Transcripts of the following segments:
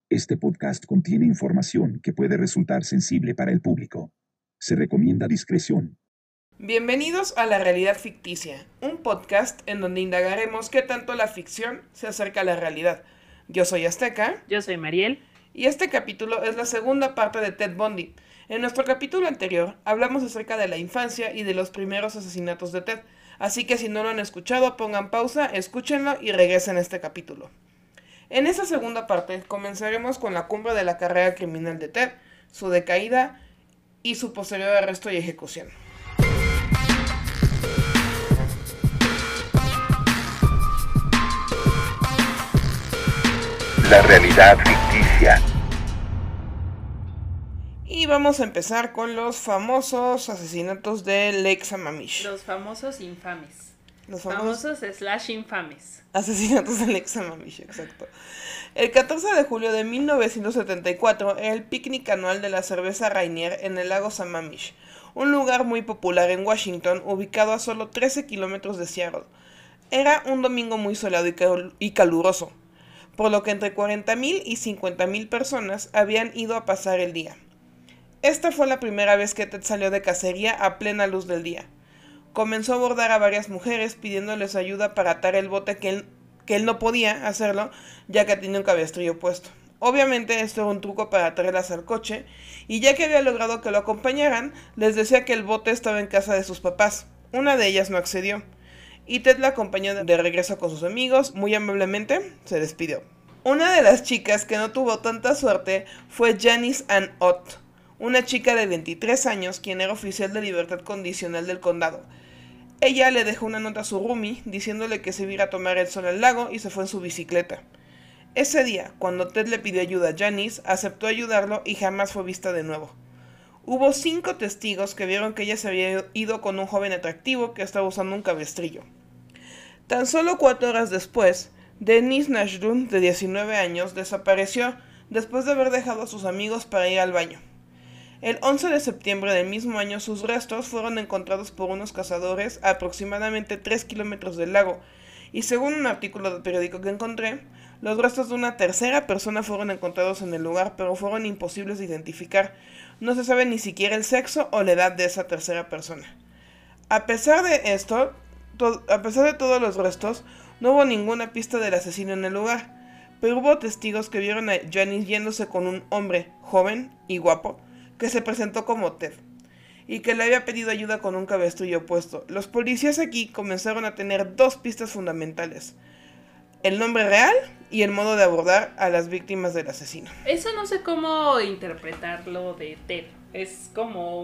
Este podcast contiene información que puede resultar sensible para el público. Se recomienda discreción. Bienvenidos a La Realidad Ficticia, un podcast en donde indagaremos qué tanto la ficción se acerca a la realidad. Yo soy Azteca. Yo soy Mariel. Y este capítulo es la segunda parte de Ted Bundy. En nuestro capítulo anterior hablamos acerca de la infancia y de los primeros asesinatos de Ted. Así que si no lo han escuchado, pongan pausa, escúchenlo y regresen a este capítulo. En esta segunda parte comenzaremos con la cumbre de la carrera criminal de Ted, su decaída y su posterior arresto y ejecución. La realidad ficticia. Y vamos a empezar con los famosos asesinatos de Lake Sammamish. Los famosos infames. Los famosos / infames. Asesinatos de Lake Sammamish, exacto. El 14 de julio de 1974 era el picnic anual de la cerveza Rainier en el lago Sammamish, un lugar muy popular en Washington, ubicado a solo 13 kilómetros de Seattle. Era un domingo muy soleado y caluroso, por lo que entre 40,000 y 50,000 personas habían ido a pasar el día. Esta fue la primera vez que Ted salió de cacería a plena luz del día. Comenzó a abordar a varias mujeres pidiéndoles ayuda para atar el bote que él no podía hacerlo, ya que tenía un cabestrillo puesto. Obviamente esto era un truco para atraerlas al coche, y ya que había logrado que lo acompañaran, les decía que el bote estaba en casa de sus papás. Una de ellas no accedió, y Ted la acompañó de regreso con sus amigos. Muy amablemente se despidió. Una de las chicas que no tuvo tanta suerte fue Janice Ann Ott, una chica de 23 años quien era oficial de libertad condicional del condado. Ella le dejó una nota a su roomie diciéndole que se iba a ir a tomar el sol al lago y se fue en su bicicleta. Ese día, cuando Ted le pidió ayuda a Janice, aceptó ayudarlo y jamás fue vista de nuevo. Hubo 5 testigos que vieron que ella se había ido con un joven atractivo que estaba usando un cabestrillo. Tan solo 4 horas después, Denise Nashrun, de 19 años, desapareció después de haber dejado a sus amigos para ir al baño. El 11 de septiembre del mismo año sus restos fueron encontrados por unos cazadores a aproximadamente 3 kilómetros del lago, y según un artículo del periódico que encontré, los restos de una tercera persona fueron encontrados en el lugar, pero fueron imposibles de identificar. No se sabe ni siquiera el sexo o la edad de esa tercera persona. A pesar de todos los restos, no hubo ninguna pista del asesino en el lugar, pero hubo testigos que vieron a Janice yéndose con un hombre joven y guapo, que se presentó como Ted, y que le había pedido ayuda con un cabestrillo puesto. Los policías aquí comenzaron a tener 2 pistas fundamentales: el nombre real y el modo de abordar a las víctimas del asesino. Eso no sé cómo interpretarlo de Ted. Es como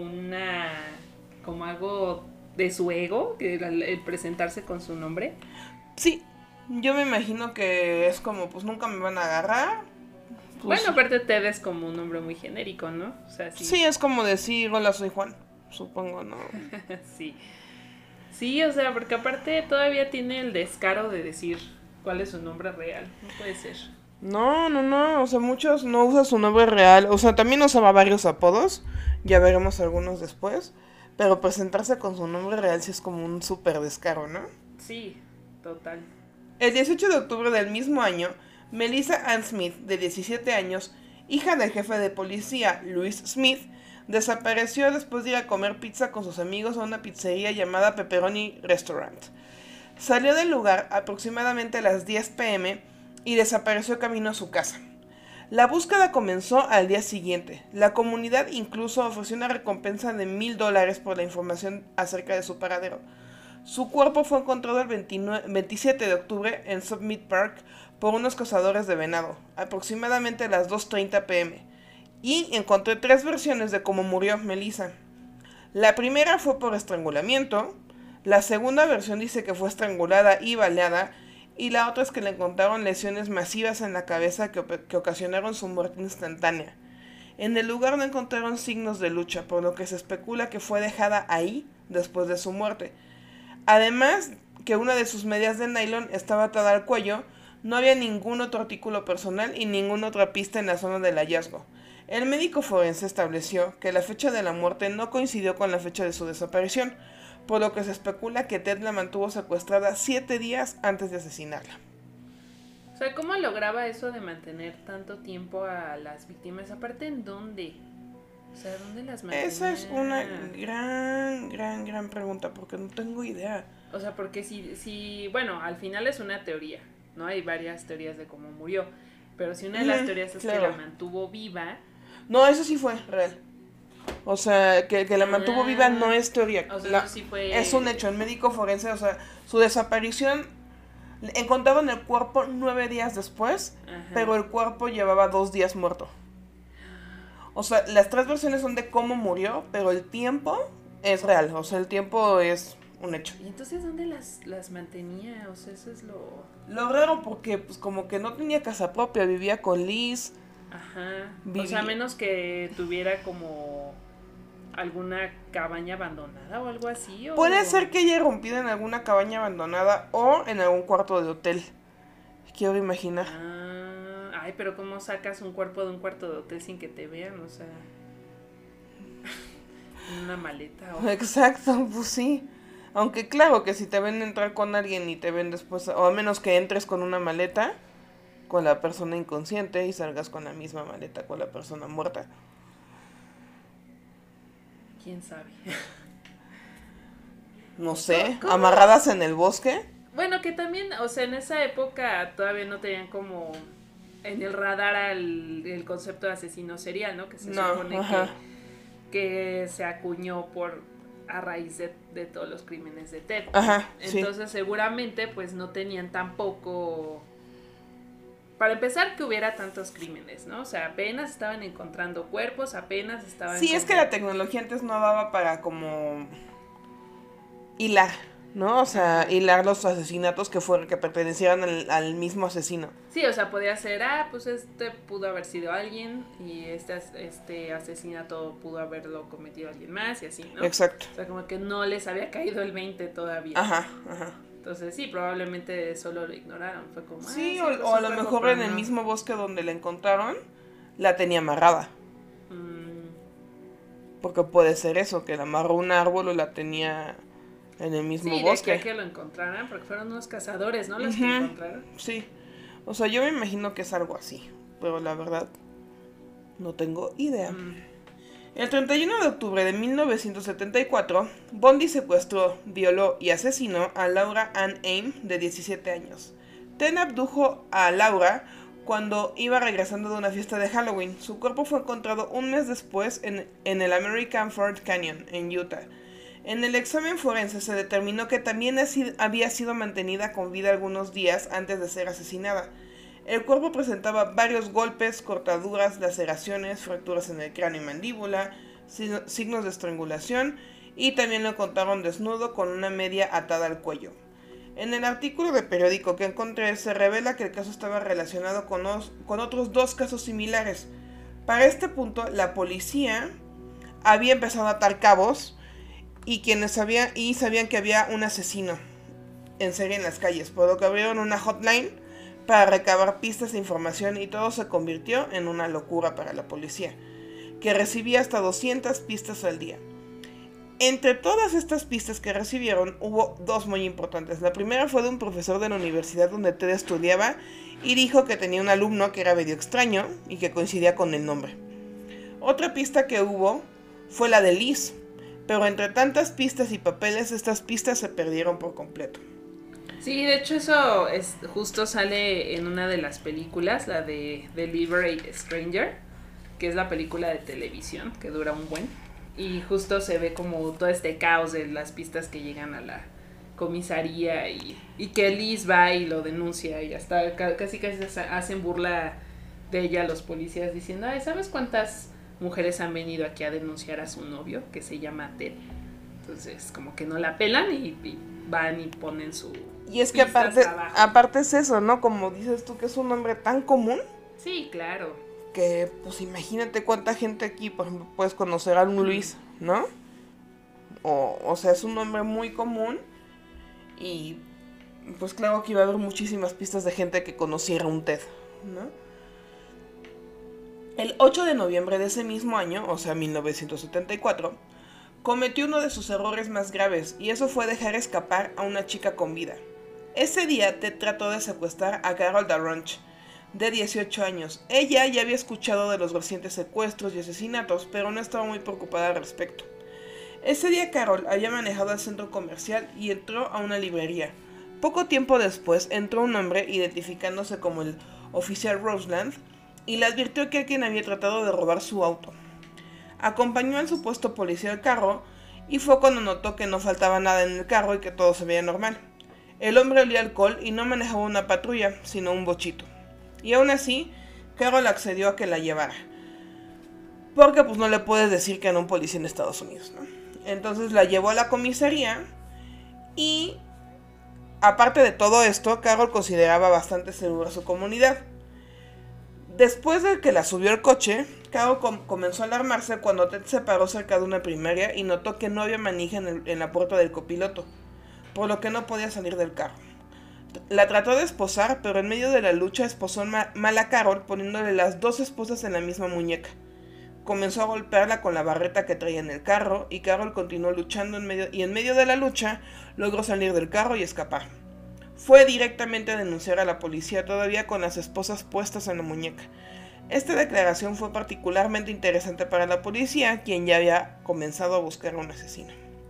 como algo de su ego, que el presentarse con su nombre. Sí, yo me imagino que es como, pues nunca me van a agarrar. Pues, bueno, aparte Ted es como un nombre muy genérico, ¿no? O sea, sí, es como decir, hola, soy Juan, supongo, ¿no? Sí. Sí, o sea, porque aparte todavía tiene el descaro de decir cuál es su nombre real. No puede ser. No, o sea, muchos no usan su nombre real, o sea, también usaba varios apodos, ya veremos algunos después, pero presentarse con su nombre real sí es como un súper descaro, ¿no? Sí, total. El 18 de octubre del mismo año, Melissa Ann Smith, de 17 años, hija del jefe de policía, Louis Smith, desapareció después de ir a comer pizza con sus amigos a una pizzería llamada Pepperoni Restaurant. Salió del lugar aproximadamente a las 10 p.m. y desapareció camino a su casa. La búsqueda comenzó al día siguiente. La comunidad incluso ofreció una recompensa de $1,000 por la información acerca de su paradero. Su cuerpo fue encontrado el 27 de octubre en Summit Park por unos cazadores de venado, aproximadamente a las 2:30 p.m. Y encontré 3 versiones de cómo murió Melissa. La primera fue por estrangulamiento, la segunda versión dice que fue estrangulada y baleada, y la otra es que le encontraron lesiones masivas en la cabeza que ocasionaron su muerte instantánea. En el lugar no encontraron signos de lucha, por lo que se especula que fue dejada ahí después de su muerte. Además, que una de sus medias de nylon estaba atada al cuello, no había ningún otro artículo personal y ninguna otra pista en la zona del hallazgo. El médico forense estableció que la fecha de la muerte no coincidió con la fecha de su desaparición, por lo que se especula que Ted la mantuvo secuestrada 7 días antes de asesinarla. O sea, ¿cómo lograba eso de mantener tanto tiempo a las víctimas? Aparte, ¿en dónde? O sea, ¿dónde las mantenía? Esa es una gran pregunta, porque no tengo idea. O sea, porque si, bueno, al final es una teoría, ¿no? Hay varias teorías de cómo murió. Pero si una de las teorías es que la mantuvo viva... No, eso sí fue real. O sea, que la mantuvo viva no es teoría. O sea, sí fue... Es un hecho. El médico forense, o sea, su desaparición... Encontraron el cuerpo 9 días después, pero el cuerpo llevaba 2 días muerto. O sea, las 3 versiones son de cómo murió, pero el tiempo es real. O sea, el tiempo es un hecho. ¿Y entonces dónde las mantenía? O sea, eso es lo raro, porque pues como que no tenía casa propia, vivía con Liz. Ajá. O sea, a menos que tuviera como alguna cabaña abandonada o algo así. ¿O? Puede ser que haya irrumpido en alguna cabaña abandonada o en algún cuarto de hotel. Quiero imaginar. Ay, pero ¿cómo sacas un cuerpo de un cuarto de hotel sin que te vean? O sea, en una maleta. ¿O? Exacto, pues sí. Aunque claro que si te ven entrar con alguien y te ven después, o a menos que entres con una maleta con la persona inconsciente y salgas con la misma maleta con la persona muerta. ¿Quién sabe? No sé, ¿Cómo? amarradas en el bosque. Bueno, que también, o sea, en esa época todavía no tenían como en el radar el concepto de asesino serial, ¿no? Que se supone que se acuñó a raíz de todos los crímenes de Ted. Ajá, entonces seguramente pues no tenían tampoco... Para empezar, que hubiera tantos crímenes, ¿no? O sea, apenas estaban encontrando cuerpos, apenas estaban... Sí, es que la tecnología antes no daba para como hilar, ¿no? O sea, hilar los asesinatos que pertenecieran al mismo asesino. Sí, o sea, podía ser, pues este pudo haber sido alguien y este asesinato pudo haberlo cometido alguien más y así, ¿no? Exacto. O sea, como que no les había caído el 20 todavía. Ajá. Entonces sí, probablemente solo lo ignoraron. Fue como... Sí, o a lo mejor en el mismo bosque donde la encontraron, la tenía amarrada. Porque puede ser eso, que la amarró un árbol o la tenía en el mismo bosque. Sí, que lo encontraran, porque fueron unos cazadores, ¿no? Los que encontraron. Sí, o sea, yo me imagino que es algo así, pero la verdad no tengo idea. El 31 de octubre de 1974, Bundy secuestró, violó y asesinó a Laura Ann Aim, de 17 años. Ted abdujo a Laura cuando iba regresando de una fiesta de Halloween. Su cuerpo fue encontrado un mes después en el American Ford Canyon, en Utah. En el examen forense se determinó que también había sido mantenida con vida algunos días antes de ser asesinada. El cuerpo presentaba varios golpes, cortaduras, laceraciones, fracturas en el cráneo y mandíbula, signos de estrangulación, y también lo encontraron desnudo con una media atada al cuello. En el artículo de periódico que encontré se revela que el caso estaba relacionado con otros 2 casos similares. Para este punto, la policía había empezado a atar cabos y sabían que había un asesino en serie en las calles, por lo que abrieron una hotline para recabar pistas e información, y todo se convirtió en una locura para la policía, que recibía hasta 200 pistas al día. Entre todas estas pistas que recibieron, hubo 2 muy importantes. La primera fue de un profesor de la universidad donde Ted estudiaba y dijo que tenía un alumno que era medio extraño y que coincidía con el nombre. Otra pista que hubo fue la de Liz, pero entre tantas pistas y papeles, estas pistas se perdieron por completo. Sí, de hecho eso justo sale en una de las películas, la de Delivery Stranger, que es la película de televisión, que dura un buen. Y justo se ve como todo este caos de las pistas que llegan a la comisaría y que Liz va y lo denuncia y hasta casi hacen burla de ella los policías diciendo, ay, ¿sabes cuántas mujeres han venido aquí a denunciar a su novio que se llama Ted? Entonces como que no la pelan y van y ponen su... Y es que aparte es eso, ¿no? Como dices tú, que es un nombre tan común. Sí, claro. Que, pues imagínate cuánta gente aquí, por ejemplo, puedes conocer a un Luis, ¿no? O sea, es un nombre muy común. Y, pues claro que iba a haber muchísimas pistas de gente que conociera a un Ted, ¿no? El 8 de noviembre de ese mismo año, o sea, 1974, cometió uno de sus errores más graves, y eso fue dejar escapar a una chica con vida. Ese día Ted trató de secuestrar a Carol Darronch, de 18 años. Ella ya había escuchado de los recientes secuestros y asesinatos, pero no estaba muy preocupada al respecto. Ese día Carol había manejado al centro comercial y entró a una librería. Poco tiempo después entró un hombre identificándose como el oficial Roseland y le advirtió que alguien había tratado de robar su auto. Acompañó al supuesto policía al carro y fue cuando notó que no faltaba nada en el carro y que todo se veía normal. El hombre olía alcohol y no manejaba una patrulla, sino un bochito. Y aún así, Carol accedió a que la llevara. Porque pues no le puedes decir que no a un policía en Estados Unidos, ¿no? Entonces la llevó a la comisaría y, aparte de todo esto, Carol consideraba bastante segura su comunidad. Después de que la subió al coche, Carol comenzó a alarmarse cuando Ted se paró cerca de una primaria y notó que no había manija en la puerta del copiloto, por lo que no podía salir del carro. La trató de esposar, pero en medio de la lucha esposó mal a Carol, poniéndole las dos esposas en la misma muñeca. Comenzó a golpearla con la barreta que traía en el carro y Carol continuó luchando en medio de la lucha logró salir del carro y escapar. Fue directamente a denunciar a la policía todavía con las esposas puestas en la muñeca. Esta declaración fue particularmente interesante para la policía, quien ya había comenzado a buscar a un asesino.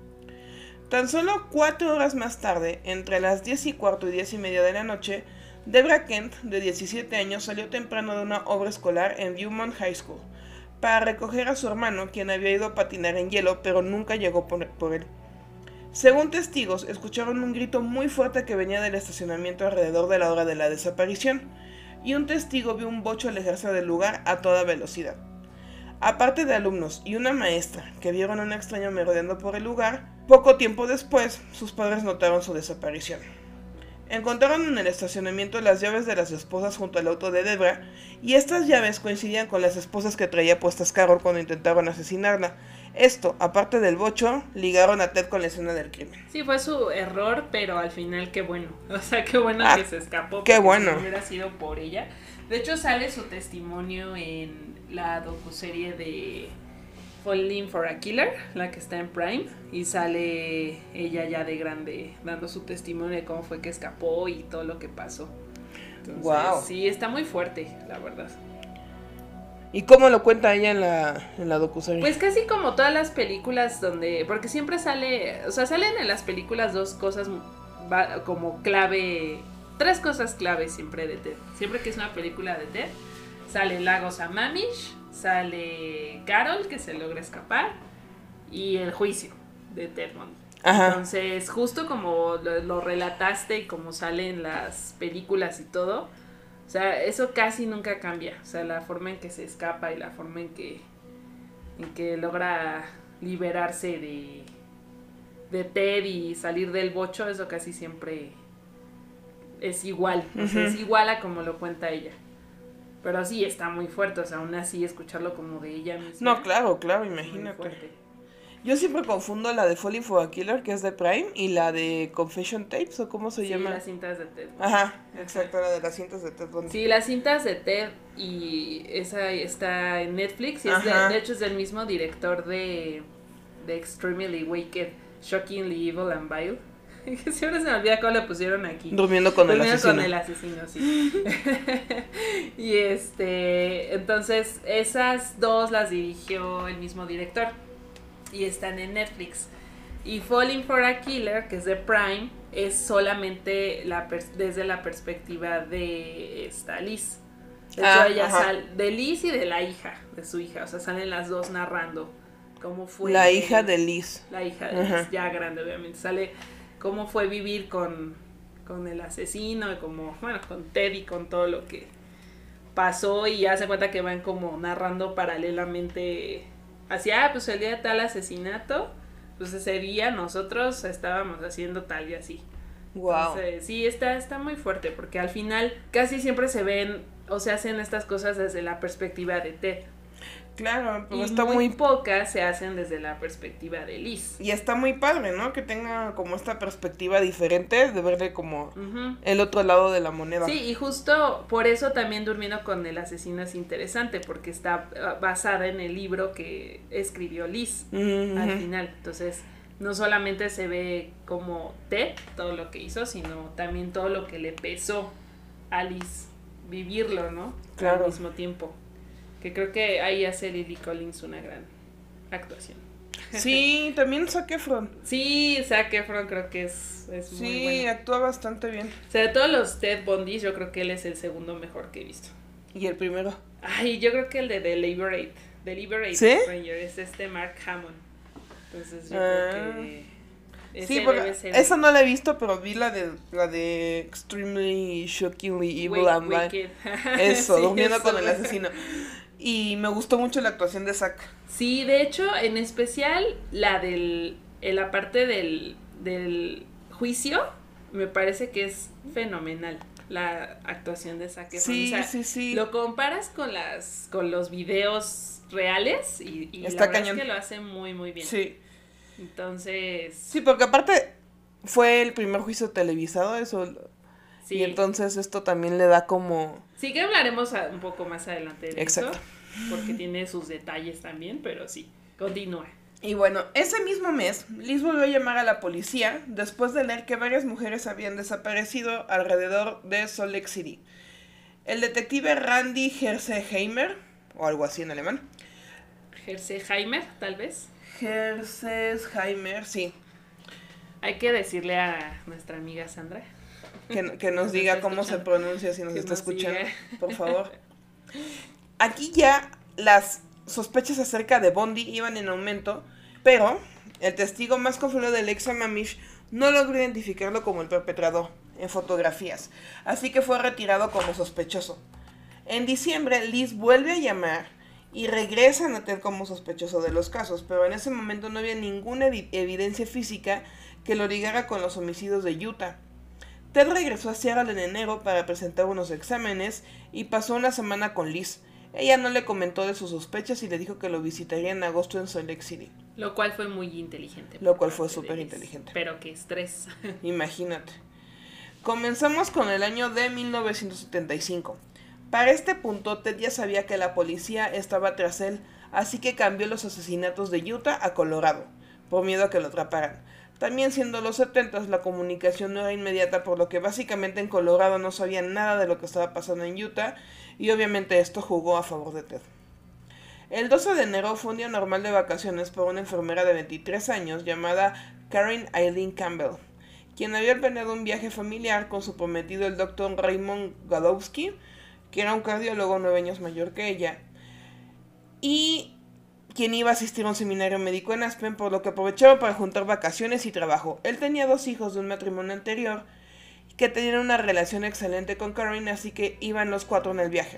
Tan solo 4 horas más tarde, entre las 10:15 y 10:30 de la noche, Debra Kent, de 17 años, salió temprano de una obra escolar en Viewmont High School para recoger a su hermano, quien había ido a patinar en hielo, pero nunca llegó por él. Según testigos, escucharon un grito muy fuerte que venía del estacionamiento alrededor de la hora de la desaparición, y un testigo vio un bocho alejarse del lugar a toda velocidad. Aparte de alumnos y una maestra que vieron a un extraño merodeando por el lugar, poco tiempo después, sus padres notaron su desaparición. Encontraron en el estacionamiento las llaves de las esposas junto al auto de Debra, y estas llaves coincidían con las esposas que traía puestas Carol cuando intentaron asesinarla. Esto, aparte del bocho, ligaron a Ted con la escena del crimen. Sí, fue su error, pero al final qué bueno. O sea, qué bueno que se escapó. Qué bueno. Si no hubiera sido por ella. De hecho, sale su testimonio en la docuserie de Falling for a Killer, la que está en Prime, y sale ella ya de grande dando su testimonio de cómo fue que escapó y todo lo que pasó. Entonces, wow. Sí, está muy fuerte, la verdad. ¿Y cómo lo cuenta ella en la docuserie? Pues casi como todas las películas donde, porque siempre sale, o sea, salen en las películas dos cosas como clave, 3 cosas clave siempre de Ted. Siempre que es una película de Ted, sale Lagos Sammamish, sale Carol, que se logra escapar, y el juicio de Ted Bundy. Ajá. Entonces, justo como lo relataste y como salen las películas y todo, o sea, eso casi nunca cambia. O sea, la forma en que se escapa y la forma en que logra liberarse de Ted y salir del bocho, eso casi siempre es igual. O sea, es igual a como lo cuenta ella. Pero sí, está muy fuerte, o sea, aún así escucharlo como de ella misma. No, claro, imagínate. Yo siempre confundo la de Falling for a Killer, que es de Prime, y la de Confession Tapes, o cómo se llama. Sí, las cintas de Ted. Ajá, exacto, la de las cintas de Ted Bundy. Sí, las cintas de Ted, y esa está en Netflix, y es de hecho es del mismo director de Extremely Wicked, Shockingly Evil and Vile. Que siempre se me olvida cómo le pusieron aquí. Durmiendo con el asesino, sí. Y entonces esas dos las dirigió el mismo director y están en Netflix. Y Falling for a Killer, que es de Prime, es solamente desde la perspectiva de esta Liz. De hecho, ella sale de Liz y de la hija, de su hija. O sea, salen las dos narrando cómo fue. La hija de Liz. La hija de Liz, ya grande, obviamente. Sale cómo fue vivir con el asesino, y como, bueno, con Ted y con todo lo que pasó, y ya se cuenta que van como narrando paralelamente hacia, pues el día de tal asesinato, pues ese día nosotros estábamos haciendo tal y así. Wow. Entonces, sí, está muy fuerte, porque al final casi siempre se ven o se hacen estas cosas desde la perspectiva de Ted. Claro, pero y está muy pocas se hacen desde la perspectiva de Liz. Y está muy padre, ¿no? Que tenga como esta perspectiva diferente de verle como el otro lado de la moneda. Sí, y justo por eso también Durmiendo con el asesino es interesante, porque está basada en el libro que escribió Liz al final. Entonces, no solamente se ve como Ted, todo lo que hizo, sino también todo lo que le pesó a Liz vivirlo, ¿no? Claro. Al mismo tiempo. Que creo que ahí hace Lily Collins una gran actuación. Sí, también Zac Efron. Sí, Zac Efron creo que es Sí, muy bueno. actúa bastante bien. O sea, de todos los Ted Bundys, yo creo que él es el segundo mejor que he visto. ¿Y el primero? Ay, yo creo que el de Deliberate ¿Sí? Stranger es Mark Hammond. Entonces yo Ah. creo que ese Sí, debe porque ser esa no la he visto, pero vi la de Extremely Shockingly Evil and Bad. Wicked. Eso, Sí, durmiendo eso. con el asesino. Y me gustó mucho la actuación de Zac. Sí, de hecho, en especial la parte del juicio, me parece que es fenomenal la actuación de Zac Efron. Sí, O sea, sí. lo comparas con los videos reales y Está la verdad cañón. es que lo hace muy, muy bien. Sí. Entonces, Sí, porque aparte fue el primer juicio televisado, eso. sí. Y entonces esto también le da como... Sí que hablaremos un poco más adelante de Exacto. eso, porque tiene sus detalles también, pero sí, continúa. Y bueno, ese mismo mes, Liz volvió a llamar a la policía después de leer que varias mujeres habían desaparecido alrededor de Salt Lake City. El detective Randy Herzheimer, o algo así en alemán. Herzheimer, tal vez. Herzheimer, sí. Hay que decirle a nuestra amiga Sandra. Que nos diga está cómo se escuchando. pronuncia si nos Que está nos escuchando, diga. por favor. Aquí ya las sospechas acerca de Bundy iban en aumento, pero el testigo más confiable del ex Mamish no logró identificarlo como el perpetrador en fotografías, así que fue retirado como sospechoso. En diciembre, Liz vuelve a llamar y regresan a Ted como sospechoso de los casos, pero en ese momento no había ninguna evidencia física que lo ligara con los homicidios de Utah. Ted regresó a Seattle en enero para presentar unos exámenes y pasó una semana con Liz. Ella no le comentó de sus sospechas y le dijo que lo visitaría en agosto en Salt Lake City. Lo cual fue muy inteligente. Lo cual fue por parte de súper Liz. inteligente. Pero qué estrés. Imagínate. Comenzamos con el año de 1975. Para este punto, Ted ya sabía que la policía estaba tras él, así que cambió los asesinatos de Utah a Colorado, por miedo a que lo atraparan. También siendo los 70s, la comunicación no era inmediata, por lo que básicamente en Colorado no sabían nada de lo que estaba pasando en Utah, y obviamente esto jugó a favor de Ted. El 12 de enero fue un día normal de vacaciones para una enfermera de 23 años llamada Karen Eileen Campbell, quien había planeado un viaje familiar con su prometido el Dr. Raymond Gadowski, que era un cardiólogo 9 años mayor que ella, y quien iba a asistir a un seminario médico en Aspen, por lo que aprovechaba para juntar vacaciones y trabajo. Él tenía 2 hijos de un matrimonio anterior, que tenían una relación excelente con Karen, así que iban los 4 en el viaje.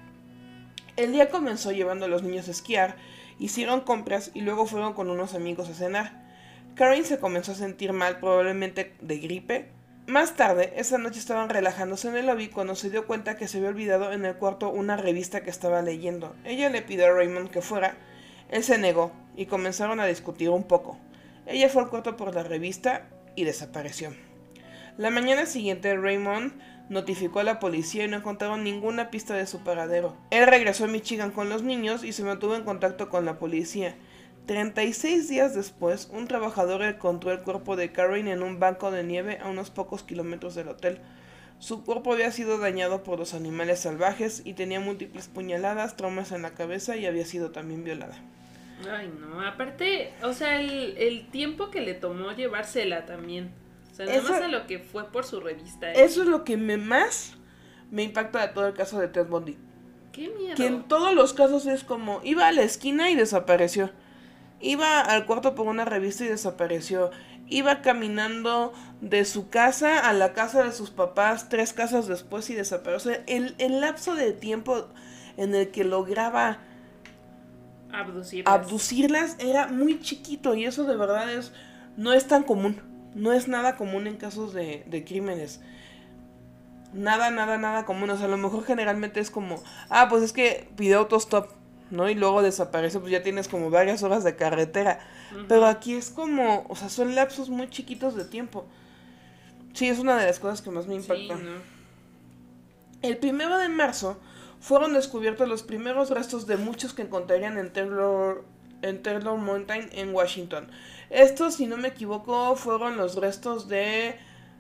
El día comenzó llevando a los niños a esquiar, hicieron compras y luego fueron con unos amigos a cenar. Karen se comenzó a sentir mal, probablemente de gripe. Más tarde, esa noche estaban relajándose en el lobby cuando se dio cuenta que se había olvidado en el cuarto una revista que estaba leyendo. Ella le pidió a Raymond que fuera. Él se negó y comenzaron a discutir un poco. Ella fue al cuarto por la revista y desapareció. La mañana siguiente, Raymond notificó a la policía y no encontraron ninguna pista de su paradero. Él regresó a Michigan con los niños y se mantuvo en contacto con la policía. 36 días después, un trabajador encontró el cuerpo de Karen en un banco de nieve a unos pocos kilómetros del hotel. Su cuerpo había sido dañado por los animales salvajes y tenía múltiples puñaladas, traumas en la cabeza y había sido también violada. Ay, no. Aparte, o sea, el tiempo que le tomó llevársela también. O sea, nada más a lo que fue por su revista. Eso es lo que más me impacta de todo el caso de Ted Bundy. ¡Qué miedo! Que en todos los casos es como, iba a la esquina y desapareció. Iba al cuarto por una revista y desapareció. Iba caminando de su casa a la casa de sus papás 3 casas después y desapareció. El lapso de tiempo en el que lograba abducirlas era muy chiquito y eso de verdad no es tan común. No es nada común en casos de crímenes. Nada común. O sea, a lo mejor generalmente es como, pues es que pidió autostop, ¿no? Y luego desaparece, pues ya tienes como varias horas de carretera. Uh-huh. Pero aquí es como, o sea, son lapsos muy chiquitos de tiempo. Sí, es una de las cosas que más me impactan. Sí, ¿no? El 1 de marzo fueron descubiertos los primeros restos de muchos que encontrarían en Taylor en Taylor Mountain, en Washington. Estos, si no me equivoco, fueron los restos de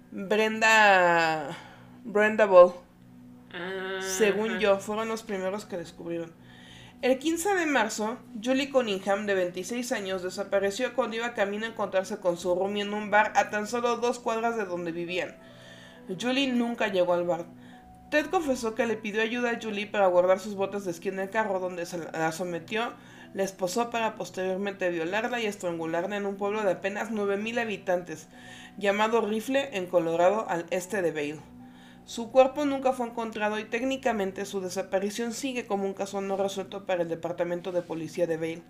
Brenda Ball. Según yo, fueron los primeros que descubrieron. El 15 de marzo, Julie Cunningham, de 26 años, desapareció cuando iba camino a encontrarse con su roomie en un bar a tan solo 2 cuadras de donde vivían. Julie nunca llegó al bar. Ted confesó que le pidió ayuda a Julie para guardar sus botas de esquí en el carro, donde se la sometió, la esposó para posteriormente violarla y estrangularla en un pueblo de apenas 9,000 habitantes, llamado Rifle, en Colorado, al este de Vail. Su cuerpo nunca fue encontrado y técnicamente su desaparición sigue como un caso no resuelto para el departamento de policía de Vail.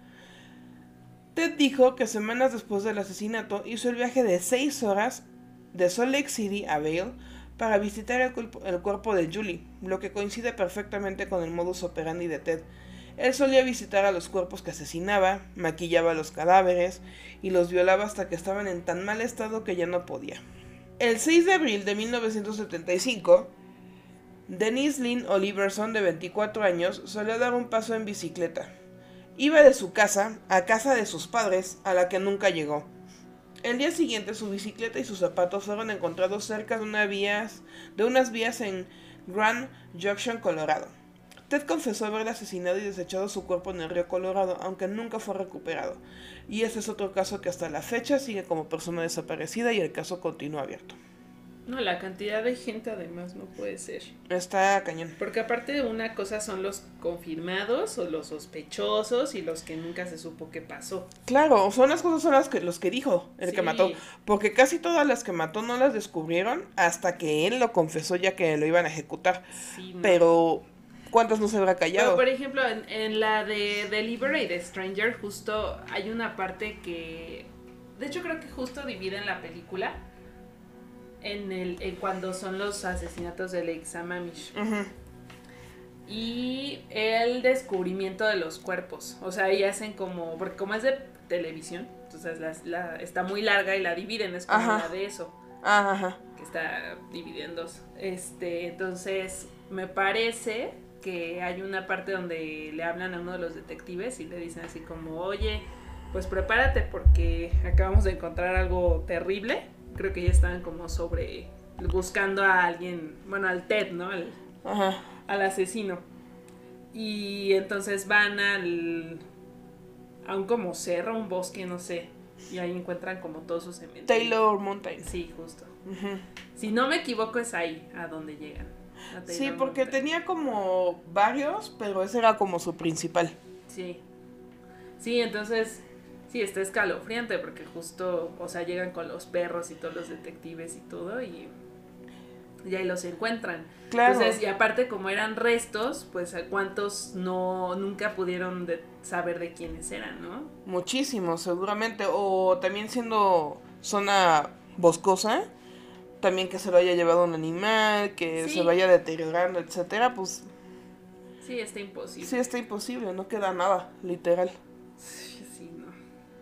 Ted dijo que semanas después del asesinato hizo el viaje de 6 horas de Salt Lake City a Vail para visitar el cuerpo de Julie, lo que coincide perfectamente con el modus operandi de Ted. Él solía visitar a los cuerpos que asesinaba, maquillaba los cadáveres y los violaba hasta que estaban en tan mal estado que ya no podía. El 6 de abril de 1975, Denise Lynn Oliverson, de 24 años, salió a dar un paseo en bicicleta. Iba de su casa a casa de sus padres, a la que nunca llegó. El día siguiente, su bicicleta y sus zapatos fueron encontrados cerca de unas vías en Grand Junction, Colorado. Ted confesó haberle asesinado y desechado su cuerpo en el río Colorado, aunque nunca fue recuperado. Y ese es otro caso que hasta la fecha sigue como persona desaparecida y el caso continúa abierto. No, la cantidad de gente además no puede ser. Está cañón. Porque aparte de una cosa son los confirmados o los sospechosos y los que nunca se supo qué pasó. Claro, son las cosas los que dijo el Sí. que mató. Porque casi todas las que mató no las descubrieron hasta que él lo confesó ya que lo iban a ejecutar. Sí, no. Pero ¿cuántas no se habrá callado? Pero, por ejemplo, en la de Deliberate Stranger justo hay una parte que... De hecho creo que justo dividen la película en cuando son los asesinatos de Lake Sammamish. Uh-huh. Y el descubrimiento de los cuerpos. O sea, ahí hacen como... Porque como es de televisión, entonces está muy larga y la dividen, es como la de eso. Ajá. Que está dividida en dos. Entonces, me parece que hay una parte donde le hablan a uno de los detectives y le dicen así como, oye, pues prepárate porque acabamos de encontrar algo terrible. Creo que ya estaban como buscando a alguien, bueno, al Ted, ¿no? Al asesino. Y entonces van a un como cerro, un bosque, no sé. Y ahí encuentran como todos sus cementerios. Taylor Mountain. Sí, justo. Uh-huh. Si no me equivoco es ahí a donde llegan. Sí, porque tenía como varios, pero ese era como su principal. Sí. Sí, entonces, sí, está escalofriante porque justo, o sea, llegan con los perros y todos los detectives y todo y ahí los encuentran. Claro. Entonces, y aparte como eran restos, pues cuántos nunca pudieron saber de quiénes eran, ¿no? Muchísimos, seguramente. O también siendo zona boscosa, también que se lo haya llevado un animal, que Sí. se vaya deteriorando, etcétera, pues Sí, está imposible. sí está imposible, no queda nada, literal. Sí, no.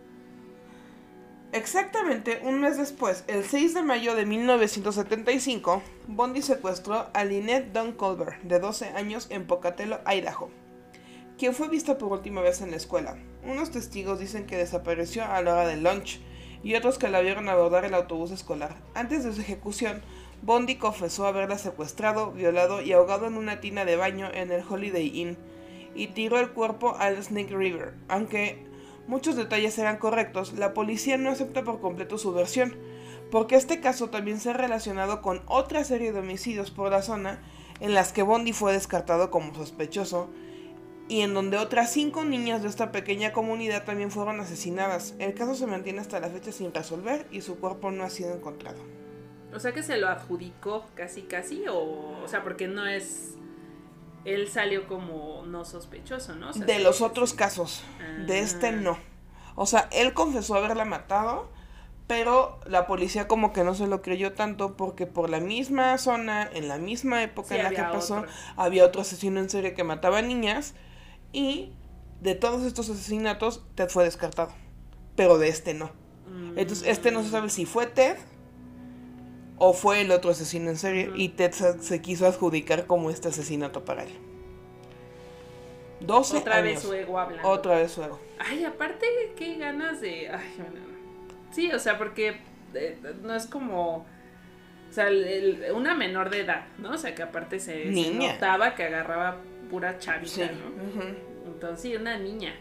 Exactamente un mes después, el 6 de mayo de 1975, Bundy secuestró a Lynette Dawn Culver, de 12 años, en Pocatello, Idaho, quien fue vista por última vez en la escuela. Unos testigos dicen que desapareció a la hora del lunch, y otros que la vieron abordar el autobús escolar. Antes de su ejecución, Bundy confesó haberla secuestrado, violado y ahogado en una tina de baño en el Holiday Inn, y tiró el cuerpo al Snake River. Aunque muchos detalles eran correctos, la policía no acepta por completo su versión, porque este caso también se ha relacionado con otra serie de homicidios por la zona, en las que Bundy fue descartado como sospechoso, y en donde otras 5 niñas de esta pequeña comunidad también fueron asesinadas. El caso se mantiene hasta la fecha sin resolver y su cuerpo no ha sido encontrado. O sea que se lo adjudicó casi, o sea, porque no es... Él salió como no sospechoso, ¿no? O sea, de los otros casos, de este no. O sea, él confesó haberla matado, pero la policía como que no se lo creyó tanto porque por la misma zona, en la misma época en la que pasó, había otro asesino en serie que mataba niñas. Y de todos estos asesinatos, Ted fue descartado. Pero de este no. Entonces, este no se sabe si fue Ted o fue el otro asesino en serie. Y Ted se quiso adjudicar como este asesinato para él. 12 Otra vez años. su ego hablando. Otra vez su ego. Ay, aparte, qué ganas de... Ay, bueno. Sí, o sea, porque no es como... O sea, una menor de edad, ¿no? O sea, que aparte se notaba que agarraba pura chavita, Sí. ¿no? Entonces, sí, una niña.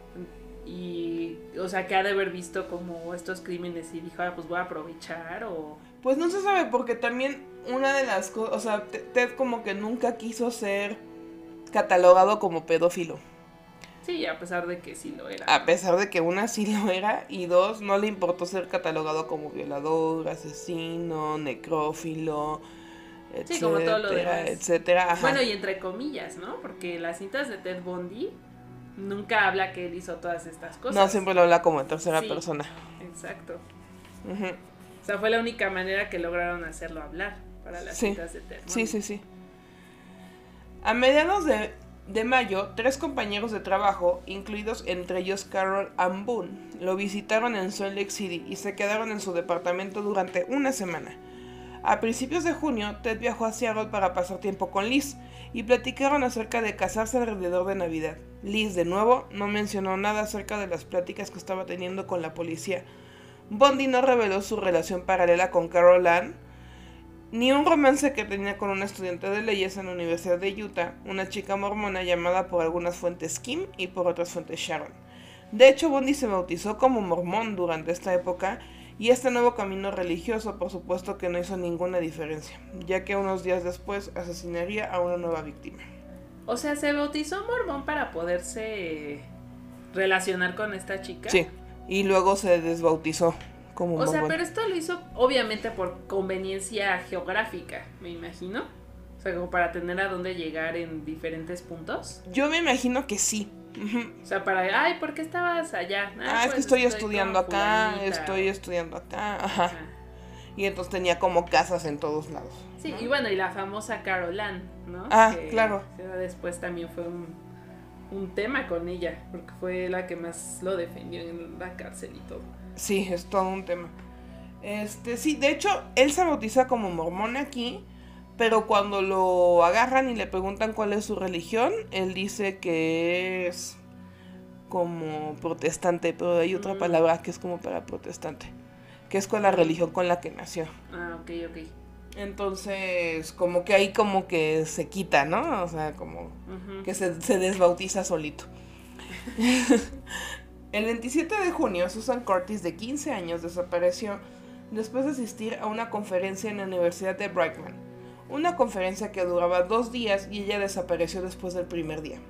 Y, o sea, que ha de haber visto como estos crímenes y dijo, pues voy a aprovechar o... Pues no se sabe, porque también una de las cosas, o sea, Ted como que nunca quiso ser catalogado como pedófilo. Sí, a pesar de que sí lo era. A pesar de que una sí lo era, y dos, no le importó ser catalogado como violador, asesino, necrófilo, etcétera, Sí, como todo lo demás. etcétera. Ajá. Bueno, y entre comillas, ¿no? Porque las cintas de Ted Bundy nunca habla que él hizo todas estas cosas. No, siempre lo habla como en tercera Sí, persona. Exacto. Ujú. O sea, fue la única manera que lograron hacerlo hablar para las Sí. cintas de Ted Bundy. Sí, sí, sí. A mediados de mayo, 3 compañeros de trabajo, incluidos entre ellos Carol Ann Boone, lo visitaron en Salt Lake City y se quedaron en su departamento durante una semana. A principios de junio, Ted viajó a Seattle para pasar tiempo con Liz y platicaron acerca de casarse alrededor de Navidad. Liz, de nuevo, no mencionó nada acerca de las pláticas que estaba teniendo con la policía. Bundy no reveló su relación paralela con Carol Ann, ni un romance que tenía con una estudiante de leyes en la Universidad de Utah, una chica mormona llamada por algunas fuentes Kim y por otras fuentes Sharon. De hecho, Bundy se bautizó como mormón durante esta época, y este nuevo camino religioso, por supuesto, que no hizo ninguna diferencia, ya que unos días después asesinaría a una nueva víctima. O sea, se bautizó mormón para poderse relacionar con esta chica. Sí, y luego se desbautizó como mormón. O sea, pero esto lo hizo obviamente por conveniencia geográfica, me imagino. O sea, como para tener a dónde llegar en diferentes puntos. Yo me imagino que sí. Ujú. O sea, para, ay, ¿por qué estabas allá? Es pues que estoy estudiando con acá, fulanita. estoy estudiando acá, ajá. Ajá. Y entonces tenía como casas en todos lados. Sí, ¿no? y bueno, y la famosa Carol Ann, ¿no? Claro. Que después también fue un tema con ella, porque fue la que más lo defendió en la cárcel y todo. Sí, es todo un tema. Sí, de hecho, él se bautiza como mormón aquí, pero cuando lo agarran y le preguntan cuál es su religión, él dice que es como protestante, pero hay otra palabra que es como para protestante, que es con la religión con la que nació. Ah, ok. Entonces, como que ahí como que se quita, ¿no? O sea, como que se desbautiza solito. El 27 de junio, Susan Curtis, de 15 años, desapareció después de asistir a una conferencia en la Universidad de Brigham. Una conferencia que duraba 2 días y ella desapareció después del primer día.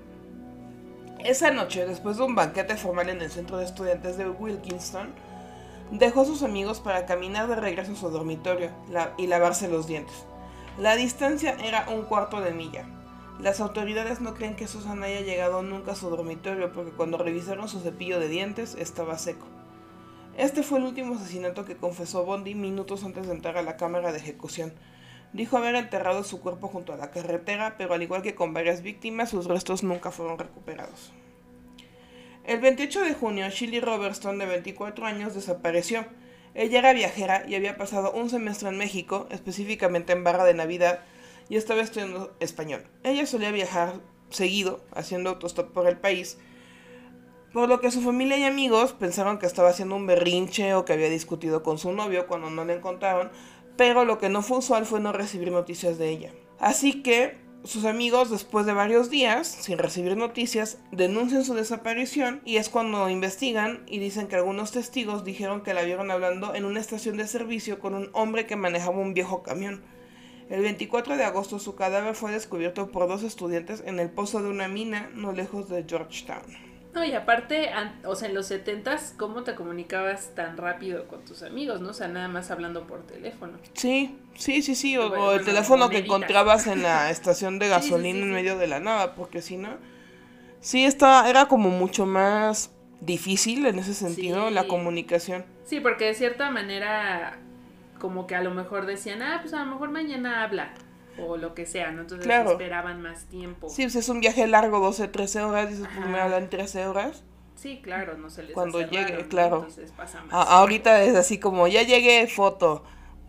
Esa noche, después de un banquete formal en el centro de estudiantes de Wilkinston, dejó a sus amigos para caminar de regreso a su dormitorio y lavarse los dientes. La distancia era 1/4 de milla. Las autoridades no creen que Susan haya llegado nunca a su dormitorio porque cuando revisaron su cepillo de dientes estaba seco. Este fue el último asesinato que confesó Bundy minutos antes de entrar a la cámara de ejecución. Dijo haber enterrado su cuerpo junto a la carretera, pero al igual que con varias víctimas, sus restos nunca fueron recuperados. El 28 de junio, Shirley Robertson, de 24 años, desapareció. Ella era viajera y había pasado un semestre en México, específicamente en Barra de Navidad, y estaba estudiando español. Ella solía viajar seguido, haciendo autostop por el país, por lo que su familia y amigos pensaron que estaba haciendo un berrinche o que había discutido con su novio cuando no la encontraron, pero lo que no fue usual fue no recibir noticias de ella. Así que sus amigos, después de varios días, sin recibir noticias, denuncian su desaparición y es cuando investigan y dicen que algunos testigos dijeron que la vieron hablando en una estación de servicio con un hombre que manejaba un viejo camión. El 24 de agosto su cadáver fue descubierto por 2 estudiantes en el pozo de una mina no lejos de Georgetown. No, y aparte, o sea, en los 70s, ¿cómo te comunicabas tan rápido con tus amigos, no? O sea, nada más hablando por teléfono. Sí, o Bueno, el teléfono que moneditas. encontrabas en la estación de gasolina sí. en medio de la nada, porque si no... Sí, era como mucho más difícil en ese sentido, Sí. la comunicación. Sí, porque de cierta manera, como que a lo mejor decían, pues a lo mejor mañana habla, o lo que sea, ¿no? Entonces Claro. esperaban más tiempo. Sí, pues es un viaje largo, 12, 13 horas, dices, pues Ajá. me hablan 13 horas. Sí, claro, no se les Cuando hace llegue, raro, ¿no? claro. Entonces pasa más. Ahorita es así como, ya llegué, foto,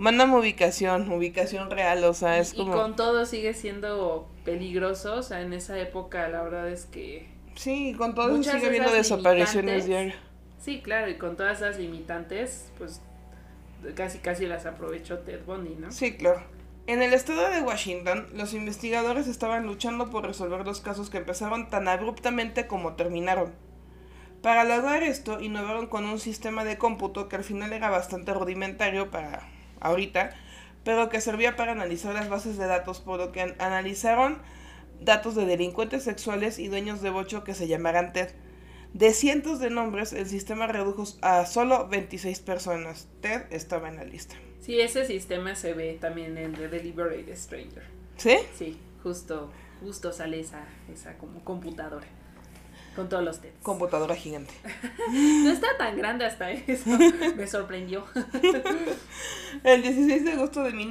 Mándame ubicación real, o sea, es como... Y con todo sigue siendo peligroso, o sea, en esa época la verdad es que... Sí, con todo eso muchas sigue de habiendo esas desapariciones limitantes, diarias. Sí, claro, y con todas esas limitantes, pues casi las aprovechó Ted Bundy, ¿no? Sí, claro. En el estado de Washington, los investigadores estaban luchando por resolver los casos que empezaron tan abruptamente como terminaron. Para lograr esto, innovaron con un sistema de cómputo que al final era bastante rudimentario para ahorita, pero que servía para analizar las bases de datos, por lo que analizaron datos de delincuentes sexuales y dueños de bocho que se llamaran Ted. De cientos de nombres, el sistema redujo a solo 26 personas. Ted estaba en la lista. Sí, ese sistema se ve también en The Deliberate Stranger. ¿Sí? Sí, justo sale esa como computadora. Con todos los Teds. Computadora gigante. No está tan grande hasta eso. Me sorprendió. El 16 de agosto de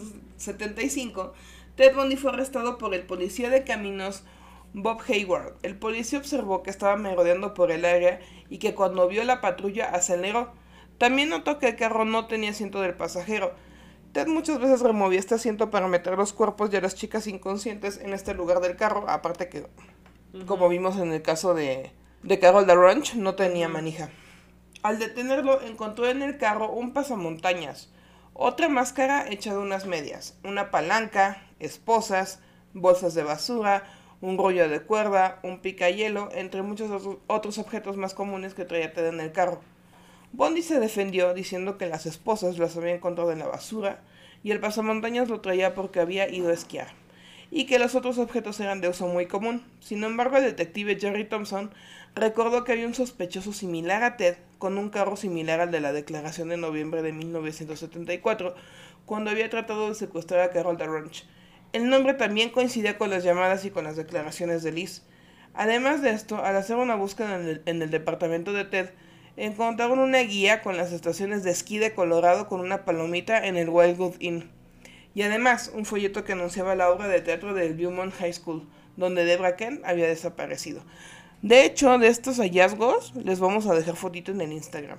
1975, Ted Bundy fue arrestado por el policía de caminos Bob Hayward. El policía observó que estaba merodeando por el área y que cuando vio la patrulla aceleró. También notó que el carro no tenía asiento del pasajero. Ted muchas veces removía este asiento para meter los cuerpos de las chicas inconscientes en este lugar del carro, aparte que, como vimos en el caso de Carol DaRonch, no tenía manija. Al detenerlo, encontró en el carro un pasamontañas, otra máscara hecha de unas medias, una palanca, esposas, bolsas de basura, un rollo de cuerda, un picahielo, entre muchos otros objetos más comunes que traía Ted en el carro. Bundy se defendió diciendo que las esposas las había encontrado en la basura y el pasamontañas lo traía porque había ido a esquiar, y que los otros objetos eran de uso muy común. Sin embargo, el detective Jerry Thompson recordó que había un sospechoso similar a Ted con un carro similar al de la declaración de noviembre de 1974, cuando había tratado de secuestrar a Carol DaRonch. El nombre también coincidía con las llamadas y con las declaraciones de Liz. Además de esto, al hacer una búsqueda en el departamento de Ted, encontraron una guía con las estaciones de esquí de Colorado con una palomita en el Wildwood Inn. Y además, un folleto que anunciaba la obra de teatro del Beaumont High School, donde Debra Kent había desaparecido. De hecho, de estos hallazgos, les vamos a dejar fotito en el Instagram.